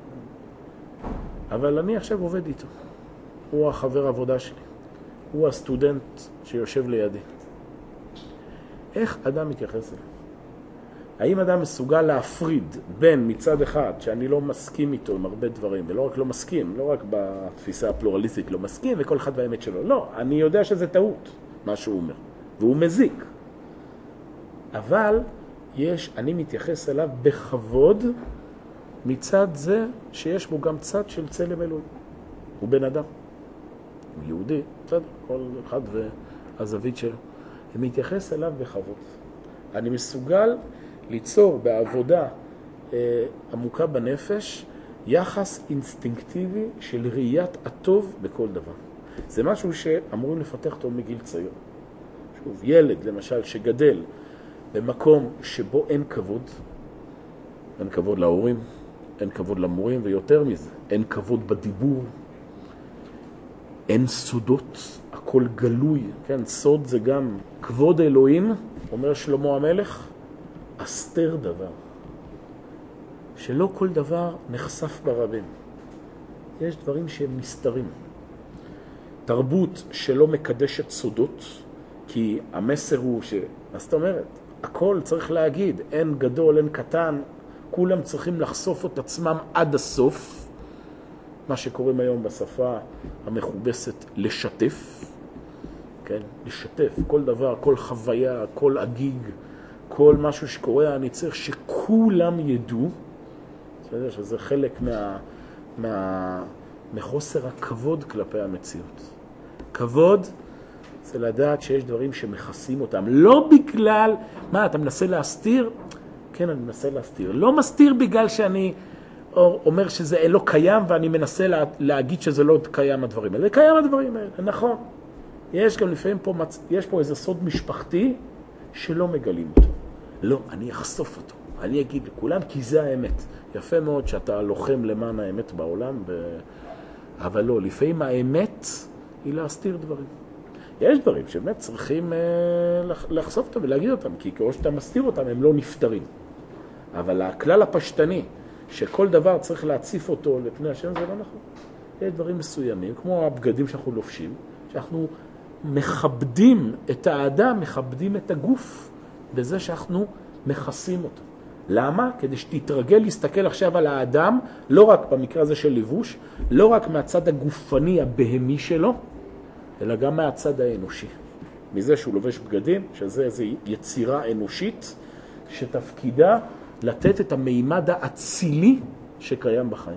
אבל אני עכשיו עובד איתו. הוא החבר עבודה שלי. הוא הסטודנט שיושב לידי. איך אדם מתייחס אליו? האם אדם מסוגל להפריד בין מצד אחד, שאני לא מסכים איתו עם הרבה דברים, ולא רק לא מסכים, לא רק בתפיסה הפלורליסטית לא מסכים, וכל אחד והאמת שלו. לא, אני יודע שזה טעות, מה שהוא אומר. והוא מזיק. אבל יש, אני מתייחס אליו בכבוד מצד זה שיש בו גם צד של צלם אלוהים. הוא בן אדם. הוא יהודי, בסדר, כל אחד והזווית שלו. אני מתייחס אליו בכבוד. אני מסוגל ליצור בעבודה אה, עמוקה בנפש יחס אינסטינקטיבי של ראיית הטוב בכל דבר. זה משהו שאמורים לפתח אותו מגיל צעיר. שוב, ילד למשל שגדל במקום שבו אין כבוד, אין כבוד להורים, אין כבוד למורים, ויותר מזה, אין כבוד בדיבור, אין סודות, הכל גלוי, כן, סוד זה גם כבוד אלוהים, אומר שלמה המלך, אסתר דבר, שלא כל דבר נחשף ברבים, יש דברים שהם מסתרים. תרבות שלא מקדשת סודות, כי המסר הוא ש... מה זאת אומרת? הכל צריך להגיד, אין גדול, אין קטן, כולם צריכים לחשוף את עצמם עד הסוף, מה שקוראים היום בשפה המכובסת לשתף, כן? לשתף, כל דבר, כל חוויה, כל אגיג, כל משהו שקורה, אני צריך שכולם ידעו, בסדר? שזה חלק מה, מה, מחוסר הכבוד כלפי המציאות. כבוד זה לדעת שיש דברים שמכסים אותם, לא בגלל, מה, אתה מנסה להסתיר? כן, אני מנסה להסתיר. לא מסתיר בגלל שאני אומר שזה לא קיים, ואני מנסה לה, להגיד שזה לא קיים הדברים האלה. קיים הדברים האלה, נכון. יש גם לפעמים פה, יש פה איזה סוד משפחתי שלא מגלים אותו. לא, אני אחשוף אותו. אני אגיד לכולם, כי זה האמת. יפה מאוד שאתה לוחם למען האמת בעולם, ב... אבל לא, לפעמים האמת היא להסתיר דברים. יש דברים שבאמת צריכים אה, לחשוף אותם ולהגיד אותם, כי כמו שאתה מסתיר אותם, הם לא נפטרים. אבל הכלל הפשטני, שכל דבר צריך להציף אותו לפני השם, זה לא נכון. יש דברים מסוימים, כמו הבגדים שאנחנו לובשים, שאנחנו מכבדים את האדם, מכבדים את הגוף, בזה שאנחנו מכסים אותו. למה? כדי שתתרגל להסתכל עכשיו על האדם, לא רק במקרה הזה של לבוש, לא רק מהצד הגופני הבהמי שלו, אלא גם מהצד האנושי. מזה שהוא לובש בגדים, שזה איזו יצירה אנושית, שתפקידה לתת את המימד האצילי שקיים בחיים.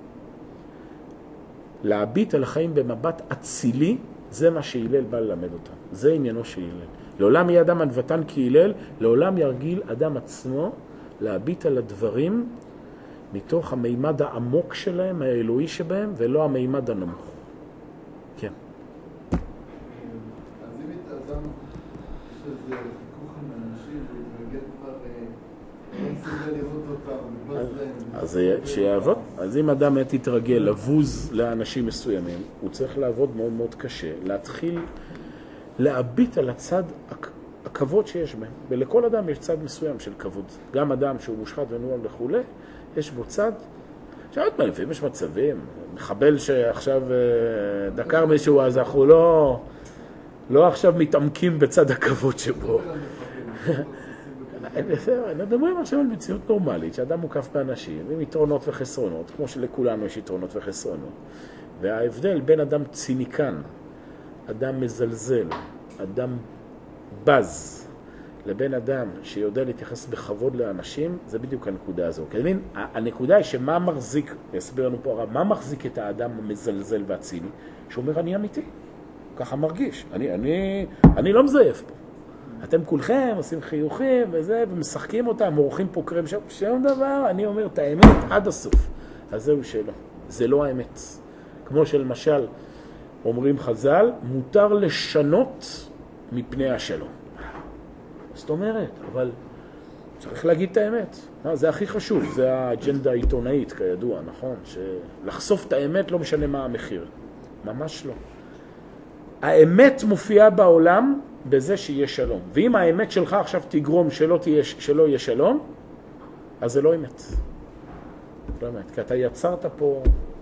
להביט על החיים במבט אצילי, זה מה שהילל בא ללמד אותם. זה עניינו של הילל. לעולם יהיה אדם ענוותן כהילל, לעולם ירגיל אדם עצמו להביט על הדברים מתוך המימד העמוק שלהם, האלוהי שבהם, ולא המימד הנמוך. כן. אז אם אדם שזה חיכוך עם אנשים והתרגל כבר לא מסוגל לראות אותם, בז להם. אז שיעבוד. אז אם אדם תתרגל לבוז לאנשים מסוימים, הוא צריך לעבוד מאוד מאוד קשה, להתחיל להביט על הצד הכבוד שיש בהם. ולכל אדם יש צד מסוים של כבוד. גם אדם שהוא מושחת ונועל וכו', יש בו צד. שעוד פעם, לפעמים יש מצבים. מחבל שעכשיו דקר מישהו, אז אנחנו לא, לא עכשיו מתעמקים בצד הכבוד שבו. נדברים עכשיו על מציאות נורמלית, שאדם מוקף באנשים, עם יתרונות וחסרונות, כמו שלכולנו יש יתרונות וחסרונות. וההבדל בין אדם ציניקן, אדם מזלזל, אדם בז, לבין אדם שיודע להתייחס בכבוד לאנשים, זה בדיוק הנקודה הזו. כי מבין, הנקודה היא שמה מחזיק, יסביר לנו פה הרב, מה מחזיק את האדם המזלזל והציני? שאומר, אני אמיתי. ככה מרגיש. אני, אני, אני לא מזייף פה. אתם כולכם עושים חיוכים וזה, ומשחקים אותם, מורחים פה קרם שם, שום דבר, אני אומר את האמת עד הסוף. אז זהו שלא. זה לא האמת. כמו שלמשל, אומרים חז"ל, מותר לשנות מפני השלום. זאת אומרת, אבל צריך להגיד את האמת. זה הכי חשוב, זה האג'נדה העיתונאית כידוע, נכון? שלחשוף את האמת לא משנה מה המחיר. ממש לא. האמת מופיעה בעולם בזה שיהיה שלום. ואם האמת שלך עכשיו תגרום שלא, תהיה, שלא יהיה שלום, אז זה לא אמת. לא אמת. כי אתה יצרת פה,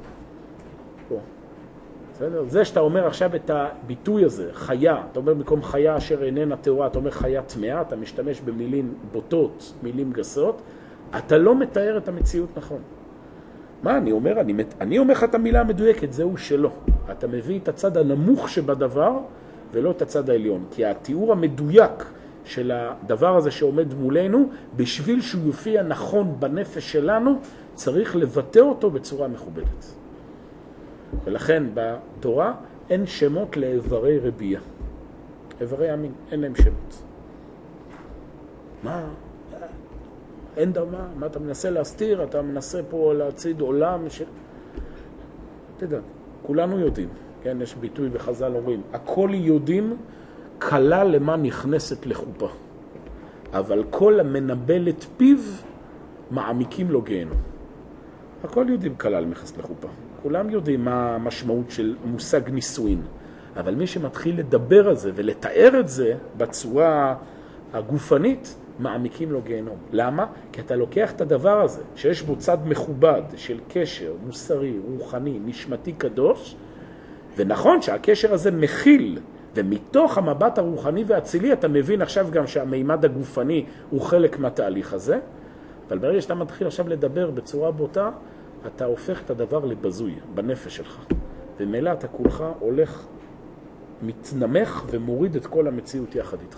פה. בסדר? זה שאתה אומר עכשיו את הביטוי הזה, חיה, אתה אומר במקום חיה אשר איננה טהורה, אתה אומר חיה טמאה, אתה משתמש במילים בוטות, מילים גסות, אתה לא מתאר את המציאות נכון. מה אני אומר? אני, אני אומר לך את המילה המדויקת, זהו שלא. אתה מביא את הצד הנמוך שבדבר, ולא את הצד העליון. כי התיאור המדויק של הדבר הזה שעומד מולנו, בשביל שהוא יופיע נכון בנפש שלנו, צריך לבטא אותו בצורה מכובדת. ולכן בתורה אין שמות לאיברי רבייה. איברי המין, אין להם שמות. מה? אין דמה, מה אתה מנסה להסתיר? אתה מנסה פה להציד עולם ש... תדע, כולנו יודעים, כן? יש ביטוי בחז"ל אומרים, הכל יודעים קלה למה נכנסת לחופה. אבל כל המנבל את פיו מעמיקים לו גיהנום. הכל יודעים קלה למכנס לחופה. כולם יודעים מה המשמעות של מושג נישואין. אבל מי שמתחיל לדבר על זה ולתאר את זה בצורה הגופנית, מעמיקים לו גיהנום. למה? כי אתה לוקח את הדבר הזה, שיש בו צד מכובד של קשר מוסרי, רוחני, נשמתי קדוש, ונכון שהקשר הזה מכיל, ומתוך המבט הרוחני והצילי אתה מבין עכשיו גם שהמימד הגופני הוא חלק מהתהליך הזה, אבל ברגע שאתה מתחיל עכשיו לדבר בצורה בוטה, אתה הופך את הדבר לבזוי בנפש שלך. ומילא אתה כולך הולך, מתנמך ומוריד את כל המציאות יחד איתך.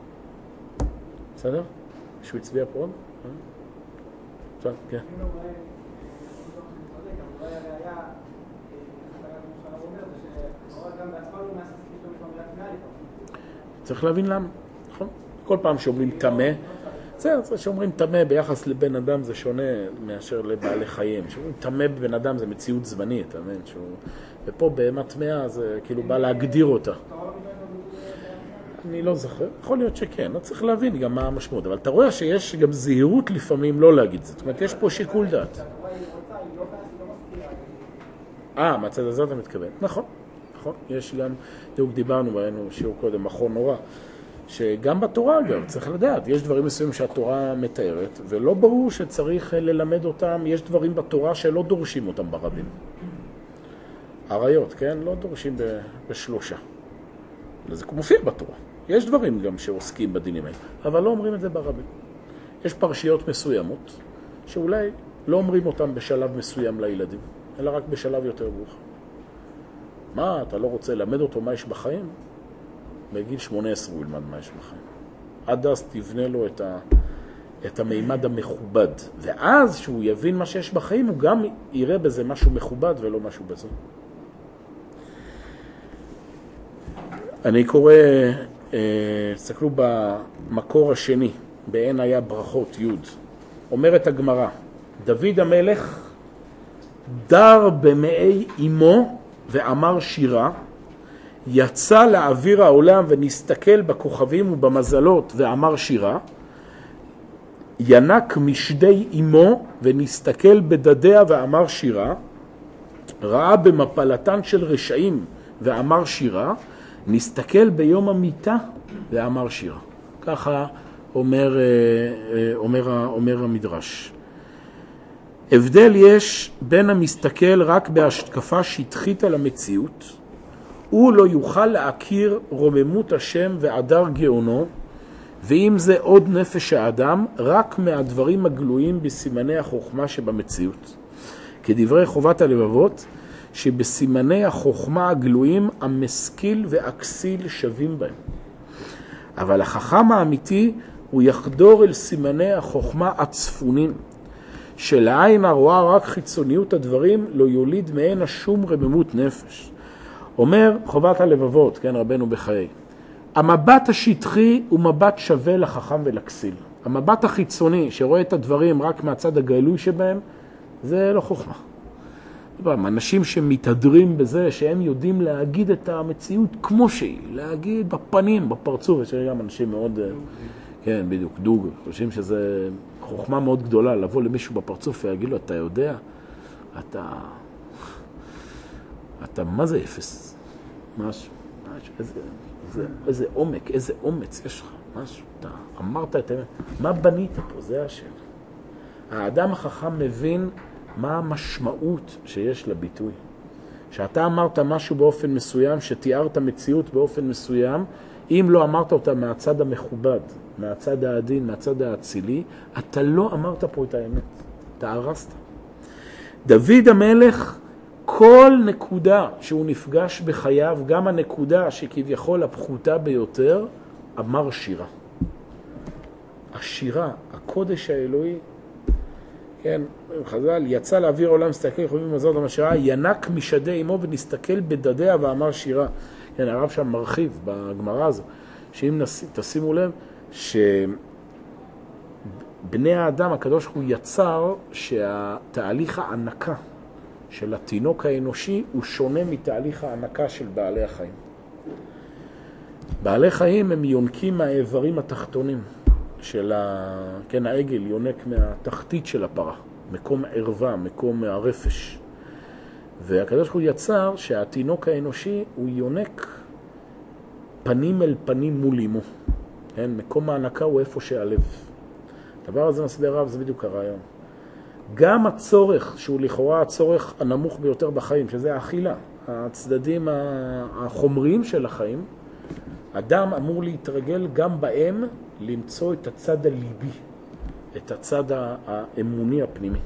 בסדר? מישהו הצביע פה עוד? עכשיו, כן. צריך להבין למה, נכון? כל פעם שאומרים תמה, זה שאומרים תמה ביחס לבן אדם זה שונה מאשר לבעלי חיים. שאומרים תמה בבן אדם זה מציאות זמנית, אתה מבין? ופה בהמה תמאה זה כאילו בא להגדיר אותה. אני לא זוכר, יכול להיות שכן, לא צריך להבין גם מה המשמעות, אבל אתה רואה שיש גם זהירות לפעמים לא להגיד את זה, זאת אומרת, יש פה שיקול דעת. אה, מהצד הזה אתה מתכוון, נכון, נכון, יש גם, תראו, דיברנו בהנו שיעור קודם, מכון נורא, שגם בתורה אגב, צריך לדעת, יש דברים מסוימים שהתורה מתארת, ולא ברור שצריך ללמד אותם, יש דברים בתורה שלא דורשים אותם ברבים. עריות, כן? לא דורשים בשלושה. זה מופיע בתורה. יש דברים גם שעוסקים בדינים האלה, אבל לא אומרים את זה ברבים. יש פרשיות מסוימות, שאולי לא אומרים אותם בשלב מסוים לילדים, אלא רק בשלב יותר מאוחר. מה, אתה לא רוצה ללמד אותו מה יש בחיים? בגיל שמונה עשרה הוא ילמד מה יש בחיים. עד אז תבנה לו את, ה, את המימד המכובד, ואז שהוא יבין מה שיש בחיים, הוא גם יראה בזה משהו מכובד ולא משהו בזה. אני קורא, תסתכלו במקור השני, בעין היה ברכות י', אומרת הגמרא, דוד המלך דר במאי אמו ואמר שירה, יצא לאוויר העולם ונסתכל בכוכבים ובמזלות ואמר שירה, ינק משדי אמו ונסתכל בדדיה ואמר שירה, ראה במפלתן של רשעים ואמר שירה, נסתכל ביום המיטה ואמר שירה. ככה אומר, אומר, אומר המדרש. הבדל יש בין המסתכל רק בהשקפה שטחית על המציאות, הוא לא יוכל להכיר רוממות השם ועדר גאונו, ואם זה עוד נפש האדם, רק מהדברים הגלויים בסימני החוכמה שבמציאות. כדברי חובת הלבבות, שבסימני החוכמה הגלויים המשכיל והכסיל שווים בהם. אבל החכם האמיתי הוא יחדור אל סימני החוכמה הצפונים, שלעין הרואה רק חיצוניות הדברים לא יוליד מהן שום רממות נפש. אומר חובת הלבבות, כן, רבנו בחיי, המבט השטחי הוא מבט שווה לחכם ולכסיל. המבט החיצוני שרואה את הדברים רק מהצד הגלוי שבהם, זה לא חוכמה. אנשים שמתהדרים בזה שהם יודעים להגיד את המציאות כמו שהיא, להגיד בפנים, בפרצוף, יש גם אנשים מאוד, כן, בדיוק, דוג. חושבים שזה חוכמה מאוד גדולה לבוא למישהו בפרצוף ויגיד לו, אתה יודע, אתה... אתה מה זה אפס? משהו, משהו, איזה, איזה, איזה עומק, איזה אומץ יש לך, משהו, אתה אמרת את האמת. מה בנית פה? זה השאלה. האדם החכם מבין מה המשמעות שיש לביטוי. שאתה אמרת משהו באופן מסוים, שתיארת מציאות באופן מסוים, אם לא אמרת אותה מהצד המכובד, מהצד העדין, מהצד האצילי, אתה לא אמרת פה את האמת. אתה הרסת. דוד המלך, כל נקודה שהוא נפגש בחייו, גם הנקודה שכביכול הפחותה ביותר, אמר שירה. השירה, הקודש האלוהי, כן, חז"ל, יצא לאוויר העולם, מסתכל, חובים מזור למשרה, ינק משדי אמו ונסתכל בדדיה ואמר שירה. כן, הרב שם מרחיב בגמרא הזו, שאם תשימו לב, שבני האדם, הקדוש הוא יצר שהתהליך הענקה של התינוק האנושי הוא שונה מתהליך הענקה של בעלי החיים. בעלי חיים הם יונקים מהאיברים התחתונים של ה... כן, העגל יונק מהתחתית של הפרה, מקום ערווה, מקום הרפש. והקדוש הוא יצר שהתינוק האנושי הוא יונק פנים אל פנים מול אמו. כן, מקום ההנקה הוא איפה שהלב. הדבר הזה מסביר רב, זה בדיוק הרעיון. גם הצורך, שהוא לכאורה הצורך הנמוך ביותר בחיים, שזה האכילה, הצדדים החומריים של החיים, אדם אמור להתרגל גם בהם למצוא את הצד הליבי, את הצד האמוני הפנימי.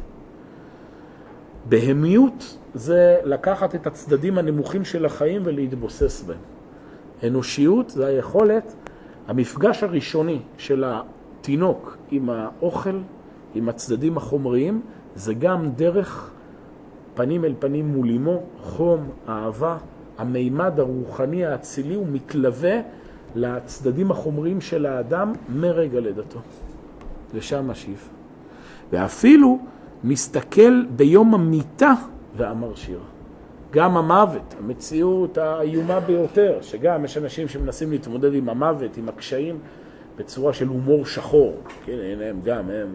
בהמיות זה לקחת את הצדדים הנמוכים של החיים ולהתבוסס בהם. אנושיות זה היכולת, המפגש הראשוני של התינוק עם האוכל, עם הצדדים החומריים, זה גם דרך פנים אל פנים מול אמו, חום, אהבה, המימד הרוחני האצילי הוא מתלווה לצדדים החומריים של האדם מרגע לידתו. ושם השאיפה. ואפילו מסתכל ביום המיטה ואמר שירה. גם המוות, המציאות האיומה ביותר, שגם יש אנשים שמנסים להתמודד עם המוות, עם הקשיים, בצורה של הומור שחור. כן, הם גם, הם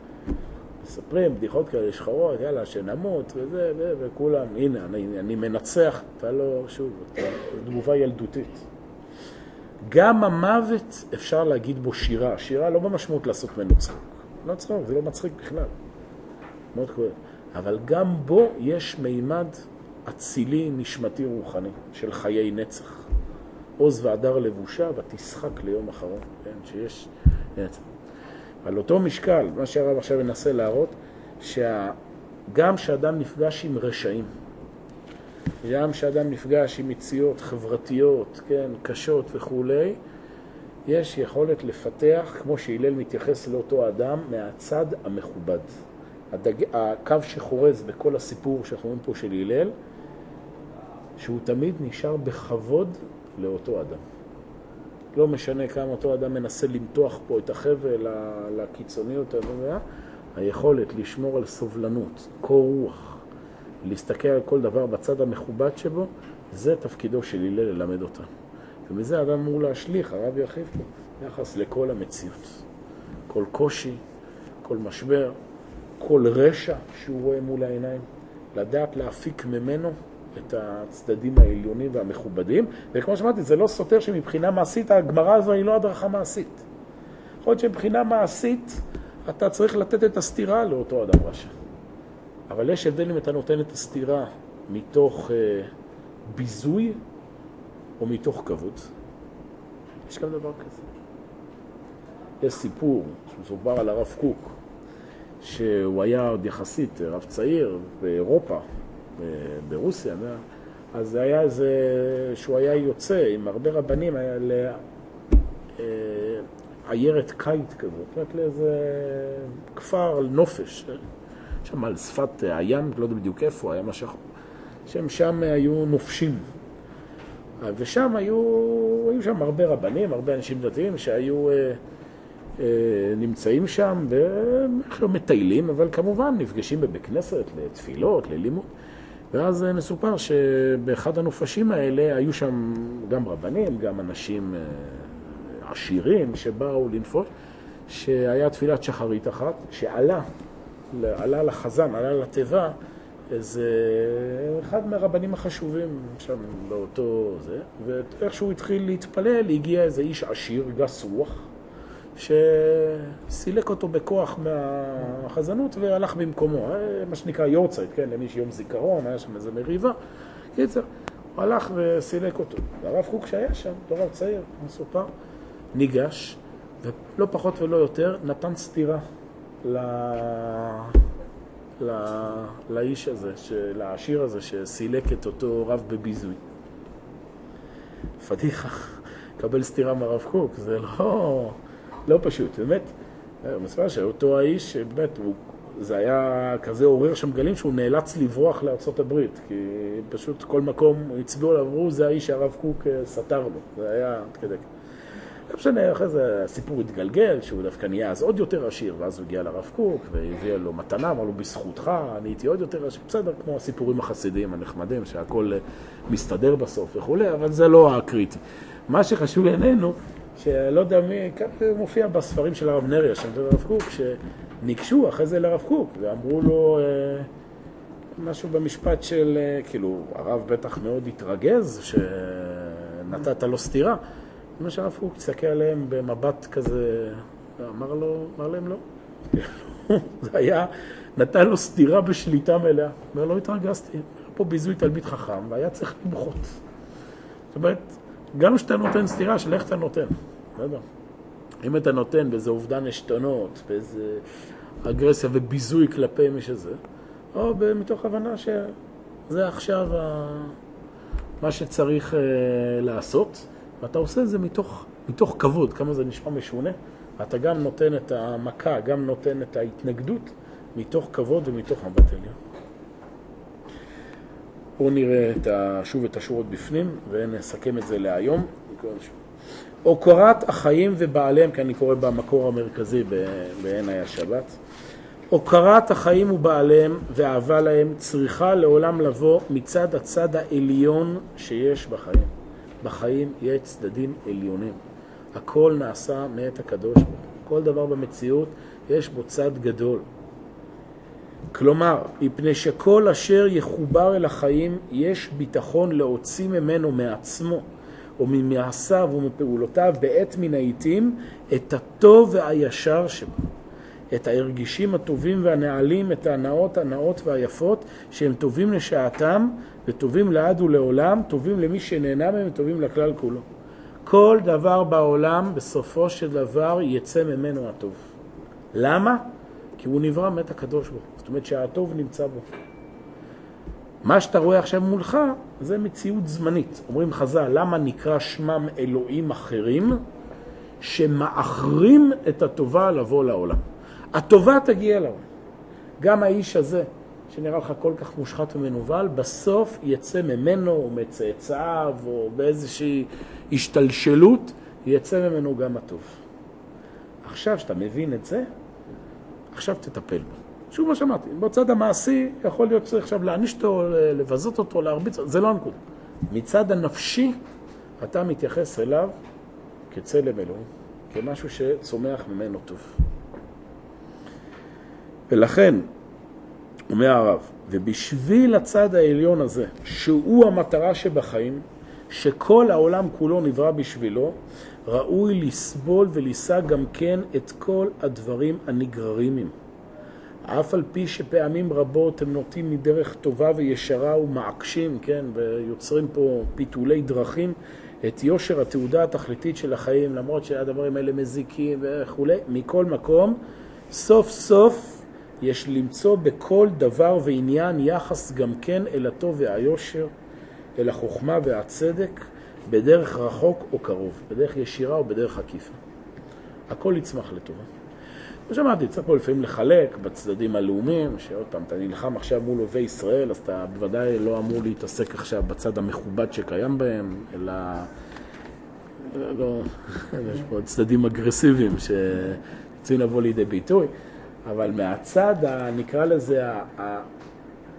מספרים בדיחות כאלה שחורות, יאללה, שנמות וזה, ו- וכולם, הנה, אני, אני מנצח, אתה לא, שוב, אתה, תגובה ילדותית. גם המוות אפשר להגיד בו שירה. שירה לא במשמעות לעשות ממנו צחוק. לא צחוק, זה לא מצחיק בכלל. מאוד כואב. אבל גם בו יש מימד אצילי, נשמתי, רוחני, של חיי נצח. עוז והדר לבושה ותשחק ליום אחרון. כן, שיש נצח. על אותו משקל, מה שהרב עכשיו ינסה להראות, שגם שאדם נפגש עם רשעים, גם שאדם נפגש עם מציאות חברתיות, כן, קשות וכו', יש יכולת לפתח, כמו שהילל מתייחס לאותו אדם, מהצד המכובד. הדג... הקו שחורז בכל הסיפור שאנחנו רואים פה של הילל, שהוא תמיד נשאר בכבוד לאותו אדם. לא משנה כמה אותו אדם מנסה למתוח פה את החבל לקיצוניות, היכולת לשמור על סובלנות, קור רוח, להסתכל על כל דבר בצד המכובד שבו, זה תפקידו של הילל ללמד אותנו. ומזה האדם אמור להשליך, הרב ירחיב פה, יחס לכל המציאות. כל קושי, כל משבר, כל רשע שהוא רואה מול העיניים, לדעת להפיק ממנו את הצדדים העליונים והמכובדים. וכמו שאמרתי, זה לא סותר שמבחינה מעשית, הגמרא הזו היא לא הדרכה מעשית. יכול להיות שמבחינה מעשית, אתה צריך לתת את הסתירה לאותו אדם רשע. אבל יש הבדל אם אתה נותן את הסתירה מתוך אה, ביזוי או מתוך כבוד. יש גם דבר כזה. יש סיפור שמסופר על הרב קוק, שהוא היה עוד יחסית רב צעיר באירופה, ברוסיה, אז זה היה איזה, שהוא היה יוצא עם הרבה רבנים, היה לעיירת קיץ כזאת, לאיזה כפר נופש, שם על שפת הים, לא יודע בדיוק איפה, הים השחור, שהם שם היו נופשים. ושם היו, היו שם הרבה רבנים, הרבה אנשים דתיים שהיו אה, אה, נמצאים שם ולא מטיילים, אבל כמובן נפגשים בבית כנסת, לתפילות, ללימוד. ואז מסופר שבאחד הנופשים האלה היו שם גם רבנים, גם אנשים עשירים שבאו לנפוש, שהיה תפילת שחרית אחת, שעלה, עלה לחזן, עלה לתיבה, איזה אחד מהרבנים החשובים שם באותו זה, ואיכשהו התחיל להתפלל, הגיע איזה איש עשיר, גס רוח, שסילק אותו בכוח מהחזנות והלך במקומו, מה שנקרא יורצייט, כן, למי שיום זיכרון, היה שם איזה מריבה, קיצר, הוא הלך וסילק אותו. הרב קוק שהיה שם, דורר צעיר, מסופר, ניגש, ולא פחות ולא יותר, נתן סתירה ל... ל... לאיש הזה, לעשיר הזה, שסילק את אותו רב בביזוי. פדיחה, קבל סתירה מהרב קוק, זה לא, לא פשוט, באמת. מספר שאותו האיש, באמת, הוא, זה היה כזה עורר שם גלים שהוא נאלץ לברוח לארצות הברית, כי פשוט כל מקום הצביעו עליו, אמרו, זה האיש שהרב קוק סתר לו, זה היה כדי. לא משנה, אחרי זה הסיפור התגלגל, שהוא דווקא נהיה אז עוד יותר עשיר, ואז הוא הגיע לרב קוק והביא לו מתנה, אמר לו, בזכותך, אני הייתי עוד יותר עשיר, בסדר, כמו הסיפורים החסידיים הנחמדים, שהכל מסתדר בסוף וכו', אבל זה לא הקריטי. מה שחשוב לעינינו, שלא יודע מי, כך מופיע בספרים של הרב נריה, שם זה לרב קוק, שניגשו אחרי זה לרב קוק, ואמרו לו אה, משהו במשפט של, אה, כאילו, הרב בטח מאוד התרגז, שנתת לו סתירה, מה שהרב קוק צעקה עליהם במבט כזה, אמר לו, אמר להם לא. זה היה, נתן לו סתירה בשליטה מלאה. אומר, לא התרגזתי. פה ביזוי תלמיד חכם, והיה צריך למחות. זאת אומרת, גם כשאתה נותן סתירה, של איך אתה נותן. לא יודע. אם אתה נותן באיזה אובדן עשתונות, באיזה אגרסיה וביזוי כלפי מי שזה, או מתוך הבנה שזה עכשיו מה שצריך לעשות, ואתה עושה את זה מתוך, מתוך כבוד, כמה זה נשמע משונה. אתה גם נותן את המכה, גם נותן את ההתנגדות, מתוך כבוד ומתוך מבט עליון. בואו נראה את ה, שוב את השורות בפנים, ונסכם את זה להיום. הוקרת החיים ובעליהם, כי אני קורא במקור המרכזי בעין היה שבת. הוקרת החיים ובעליהם ואהבה להם צריכה לעולם לבוא מצד הצד העליון שיש בחיים. בחיים יש צדדים עליונים. הכל נעשה מאת הקדוש ברוך הוא. כל דבר במציאות יש בו צד גדול. כלומר, מפני שכל אשר יחובר אל החיים יש ביטחון להוציא ממנו מעצמו או ממעשיו ומפעולותיו בעת מן העיתים את הטוב והישר שבו. את ההרגישים הטובים והנעלים, את ההנאות, הנאות והיפות שהם טובים לשעתם וטובים לעד ולעולם, טובים למי שנהנה מהם וטובים לכלל כולו. כל דבר בעולם בסופו של דבר יצא ממנו הטוב. למה? כי הוא נברא מת הקדוש בו. זאת אומרת שהטוב נמצא בו. מה שאתה רואה עכשיו מולך זה מציאות זמנית. אומרים חז"ל, למה נקרא שמם אלוהים אחרים שמאחרים את הטובה לבוא לעולם? הטובה תגיע לעולם. גם האיש הזה שנראה לך כל כך מושחת ומנוול, בסוף יצא ממנו או מצאצאיו או באיזושהי השתלשלות, יצא ממנו גם הטוב. עכשיו שאתה מבין את זה, עכשיו תטפל בו. שוב מה שמעתי, בצד המעשי יכול להיות צריך עכשיו להעניש אותו, לבזות אותו, להרביץ, זה לא הנקודה. מצד הנפשי, אתה מתייחס אליו כצלם אלוהים, כמשהו שצומח ממנו טוב. ולכן, אומר הרב, ובשביל הצד העליון הזה, שהוא המטרה שבחיים, שכל העולם כולו נברא בשבילו, ראוי לסבול ולישא גם כן את כל הדברים הנגררים ממנו. אף על פי שפעמים רבות הם נוטים מדרך טובה וישרה ומעקשים, כן, ויוצרים פה פיתולי דרכים, את יושר התעודה התכליתית של החיים, למרות שהדברים האלה מזיקים וכו'. מכל מקום, סוף סוף יש למצוא בכל דבר ועניין יחס גם כן אל הטוב והיושר, אל החוכמה והצדק, בדרך רחוק או קרוב, בדרך ישירה או בדרך עקיפה. הכל יצמח לטובה. ושמעתי, צריך פה לפעמים לחלק בצדדים הלאומיים, שעוד פעם, אתה נלחם עכשיו מול אויבי ישראל, אז אתה בוודאי לא אמור להתעסק עכשיו בצד המכובד שקיים בהם, אלא לא, יש פה צדדים אגרסיביים שצריכים לבוא לידי ביטוי, אבל מהצד, נקרא לזה,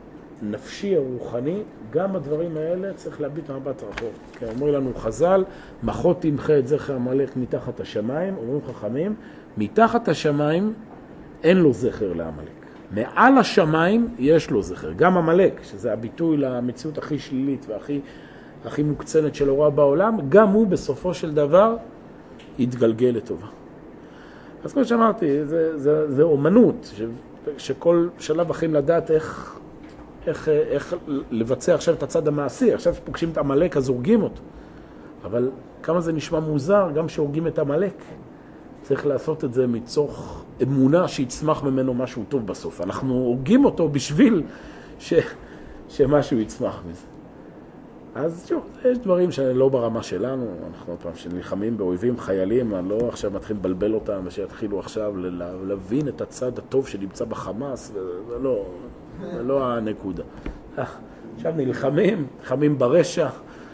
הנפשי, הרוחני, גם הדברים האלה צריך להביט מבט רחוק. כי אומר לנו חז"ל, מחות תמחה את זכר עמלק מתחת השמיים, אומרים חכמים, מתחת השמיים אין לו זכר לעמלק. מעל השמיים יש לו זכר. גם עמלק, שזה הביטוי למציאות הכי שלילית והכי הכי מוקצנת של הוראה בעולם, גם הוא בסופו של דבר יתגלגל לטובה. אז כמו שאמרתי, זה, זה, זה אומנות, ש, שכל שלב אחרים לדעת איך, איך, איך לבצע עכשיו את הצד המעשי. עכשיו פוגשים את עמלק, אז הורגים אותו. אבל כמה זה נשמע מוזר, גם שהורגים את עמלק. צריך לעשות את זה מצוך אמונה שיצמח ממנו משהו טוב בסוף. אנחנו הורגים אותו בשביל ש, שמשהו יצמח מזה. אז שוב, יש דברים שלא ברמה שלנו, אנחנו פעם שנלחמים באויבים חיילים, אני לא עכשיו מתחיל לבלבל אותם ושיתחילו עכשיו להבין את הצד הטוב שנמצא בחמאס, וזה לא, זה לא הנקודה. עכשיו נלחמים, נלחמים ברשע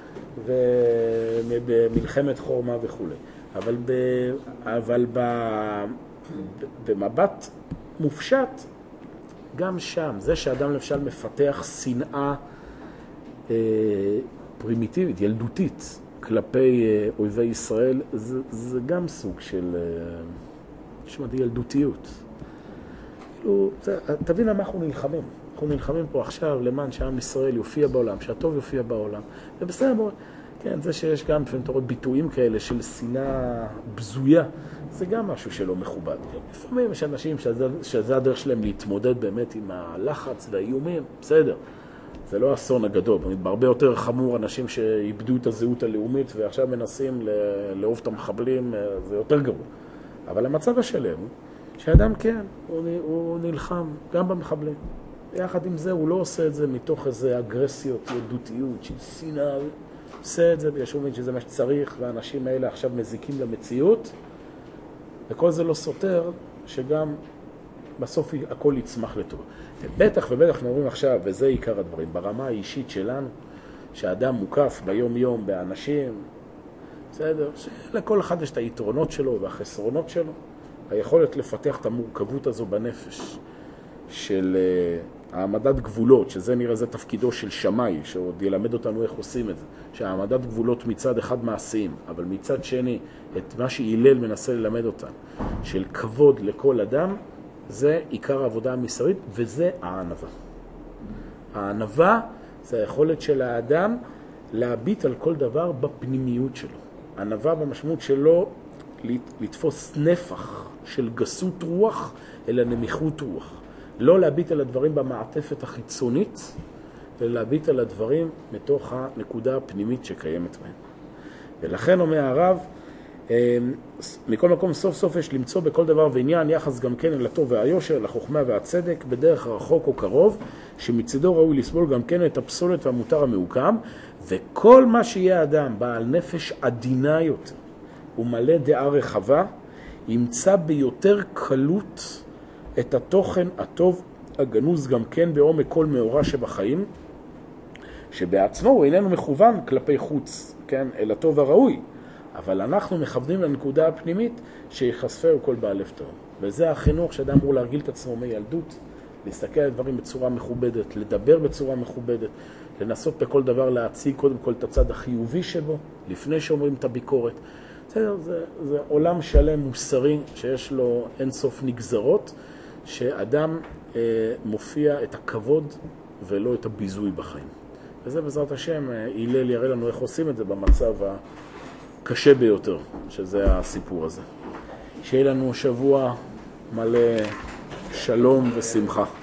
ובמלחמת חורמה וכו'. אבל, ב, אבל ב, במבט מופשט, גם שם, זה שאדם למשל מפתח שנאה פרימיטיבית, ילדותית, כלפי אויבי ישראל, זה, זה גם סוג של שמעתי ילדותיות. כאילו, תבין למה אנחנו נלחמים. אנחנו נלחמים פה עכשיו למען שעם ישראל יופיע בעולם, שהטוב יופיע בעולם. ובסדר מאוד, כן, זה שיש גם לפעמים ביטויים כאלה של שנאה בזויה, זה גם משהו שלא מכובד. לפעמים יש אנשים שזה, שזה הדרך שלהם להתמודד באמת עם הלחץ והאיומים, בסדר. זה לא האסון הגדול, בהרבה יותר חמור אנשים שאיבדו את הזהות הלאומית ועכשיו מנסים לאהוב את המחבלים, זה יותר גרוע. אבל המצב השלם, שאדם כן, הוא, הוא נלחם גם במחבלים. יחד עם זה הוא לא עושה את זה מתוך איזו אגרסיות, ילדותיות, של שנאה, עושה את זה בגלל שהוא מבין שזה מה שצריך, והאנשים האלה עכשיו מזיקים למציאות, וכל זה לא סותר שגם בסוף הכל יצמח לטוב. בטח ובטח אנחנו אומרים עכשיו, וזה עיקר הדברים, ברמה האישית שלנו, שהאדם מוקף ביום יום באנשים, בסדר, שלכל אחד יש את היתרונות שלו והחסרונות שלו, היכולת לפתח את המורכבות הזו בנפש, של uh, העמדת גבולות, שזה נראה זה תפקידו של שמאי, שעוד ילמד אותנו איך עושים את זה, שהעמדת גבולות מצד אחד מעשיים, אבל מצד שני, את מה שהילל מנסה ללמד אותנו, של כבוד לכל אדם, זה עיקר העבודה המסרית, וזה הענווה. הענווה זה היכולת של האדם להביט על כל דבר בפנימיות שלו. הענווה במשמעות שלו לתפוס נפח של גסות רוח, אלא נמיכות רוח. לא להביט על הדברים במעטפת החיצונית, אלא להביט על הדברים מתוך הנקודה הפנימית שקיימת בהם. ולכן אומר הרב, מכל מקום סוף סוף יש למצוא בכל דבר ועניין יחס גם כן אל הטוב והיושר, לחוכמה והצדק, בדרך רחוק או קרוב, שמצידו ראוי לסבול גם כן את הפסולת והמותר המעוקם, וכל מה שיהיה אדם בעל נפש עדינה יותר ומלא דעה רחבה, ימצא ביותר קלות את התוכן הטוב הגנוז גם כן בעומק כל מאורע שבחיים, שבעצמו הוא איננו מכוון כלפי חוץ, כן, אל הטוב הראוי, אבל אנחנו מכוונים לנקודה הפנימית שיחשפהו כל בעלף טוב. וזה החינוך שאדם אמור להרגיל את עצמו מילדות, להסתכל על דברים בצורה מכובדת, לדבר בצורה מכובדת, לנסות בכל דבר להציג קודם כל את הצד החיובי שבו, לפני שאומרים את הביקורת. זה, זה, זה עולם שלם מוסרי שיש לו אינסוף נגזרות, שאדם אה, מופיע את הכבוד ולא את הביזוי בחיים. וזה בעזרת השם, הלל יראה לנו איך עושים את זה במצב הקשה ביותר, שזה הסיפור הזה. שיהיה לנו שבוע מלא שלום ושמחה.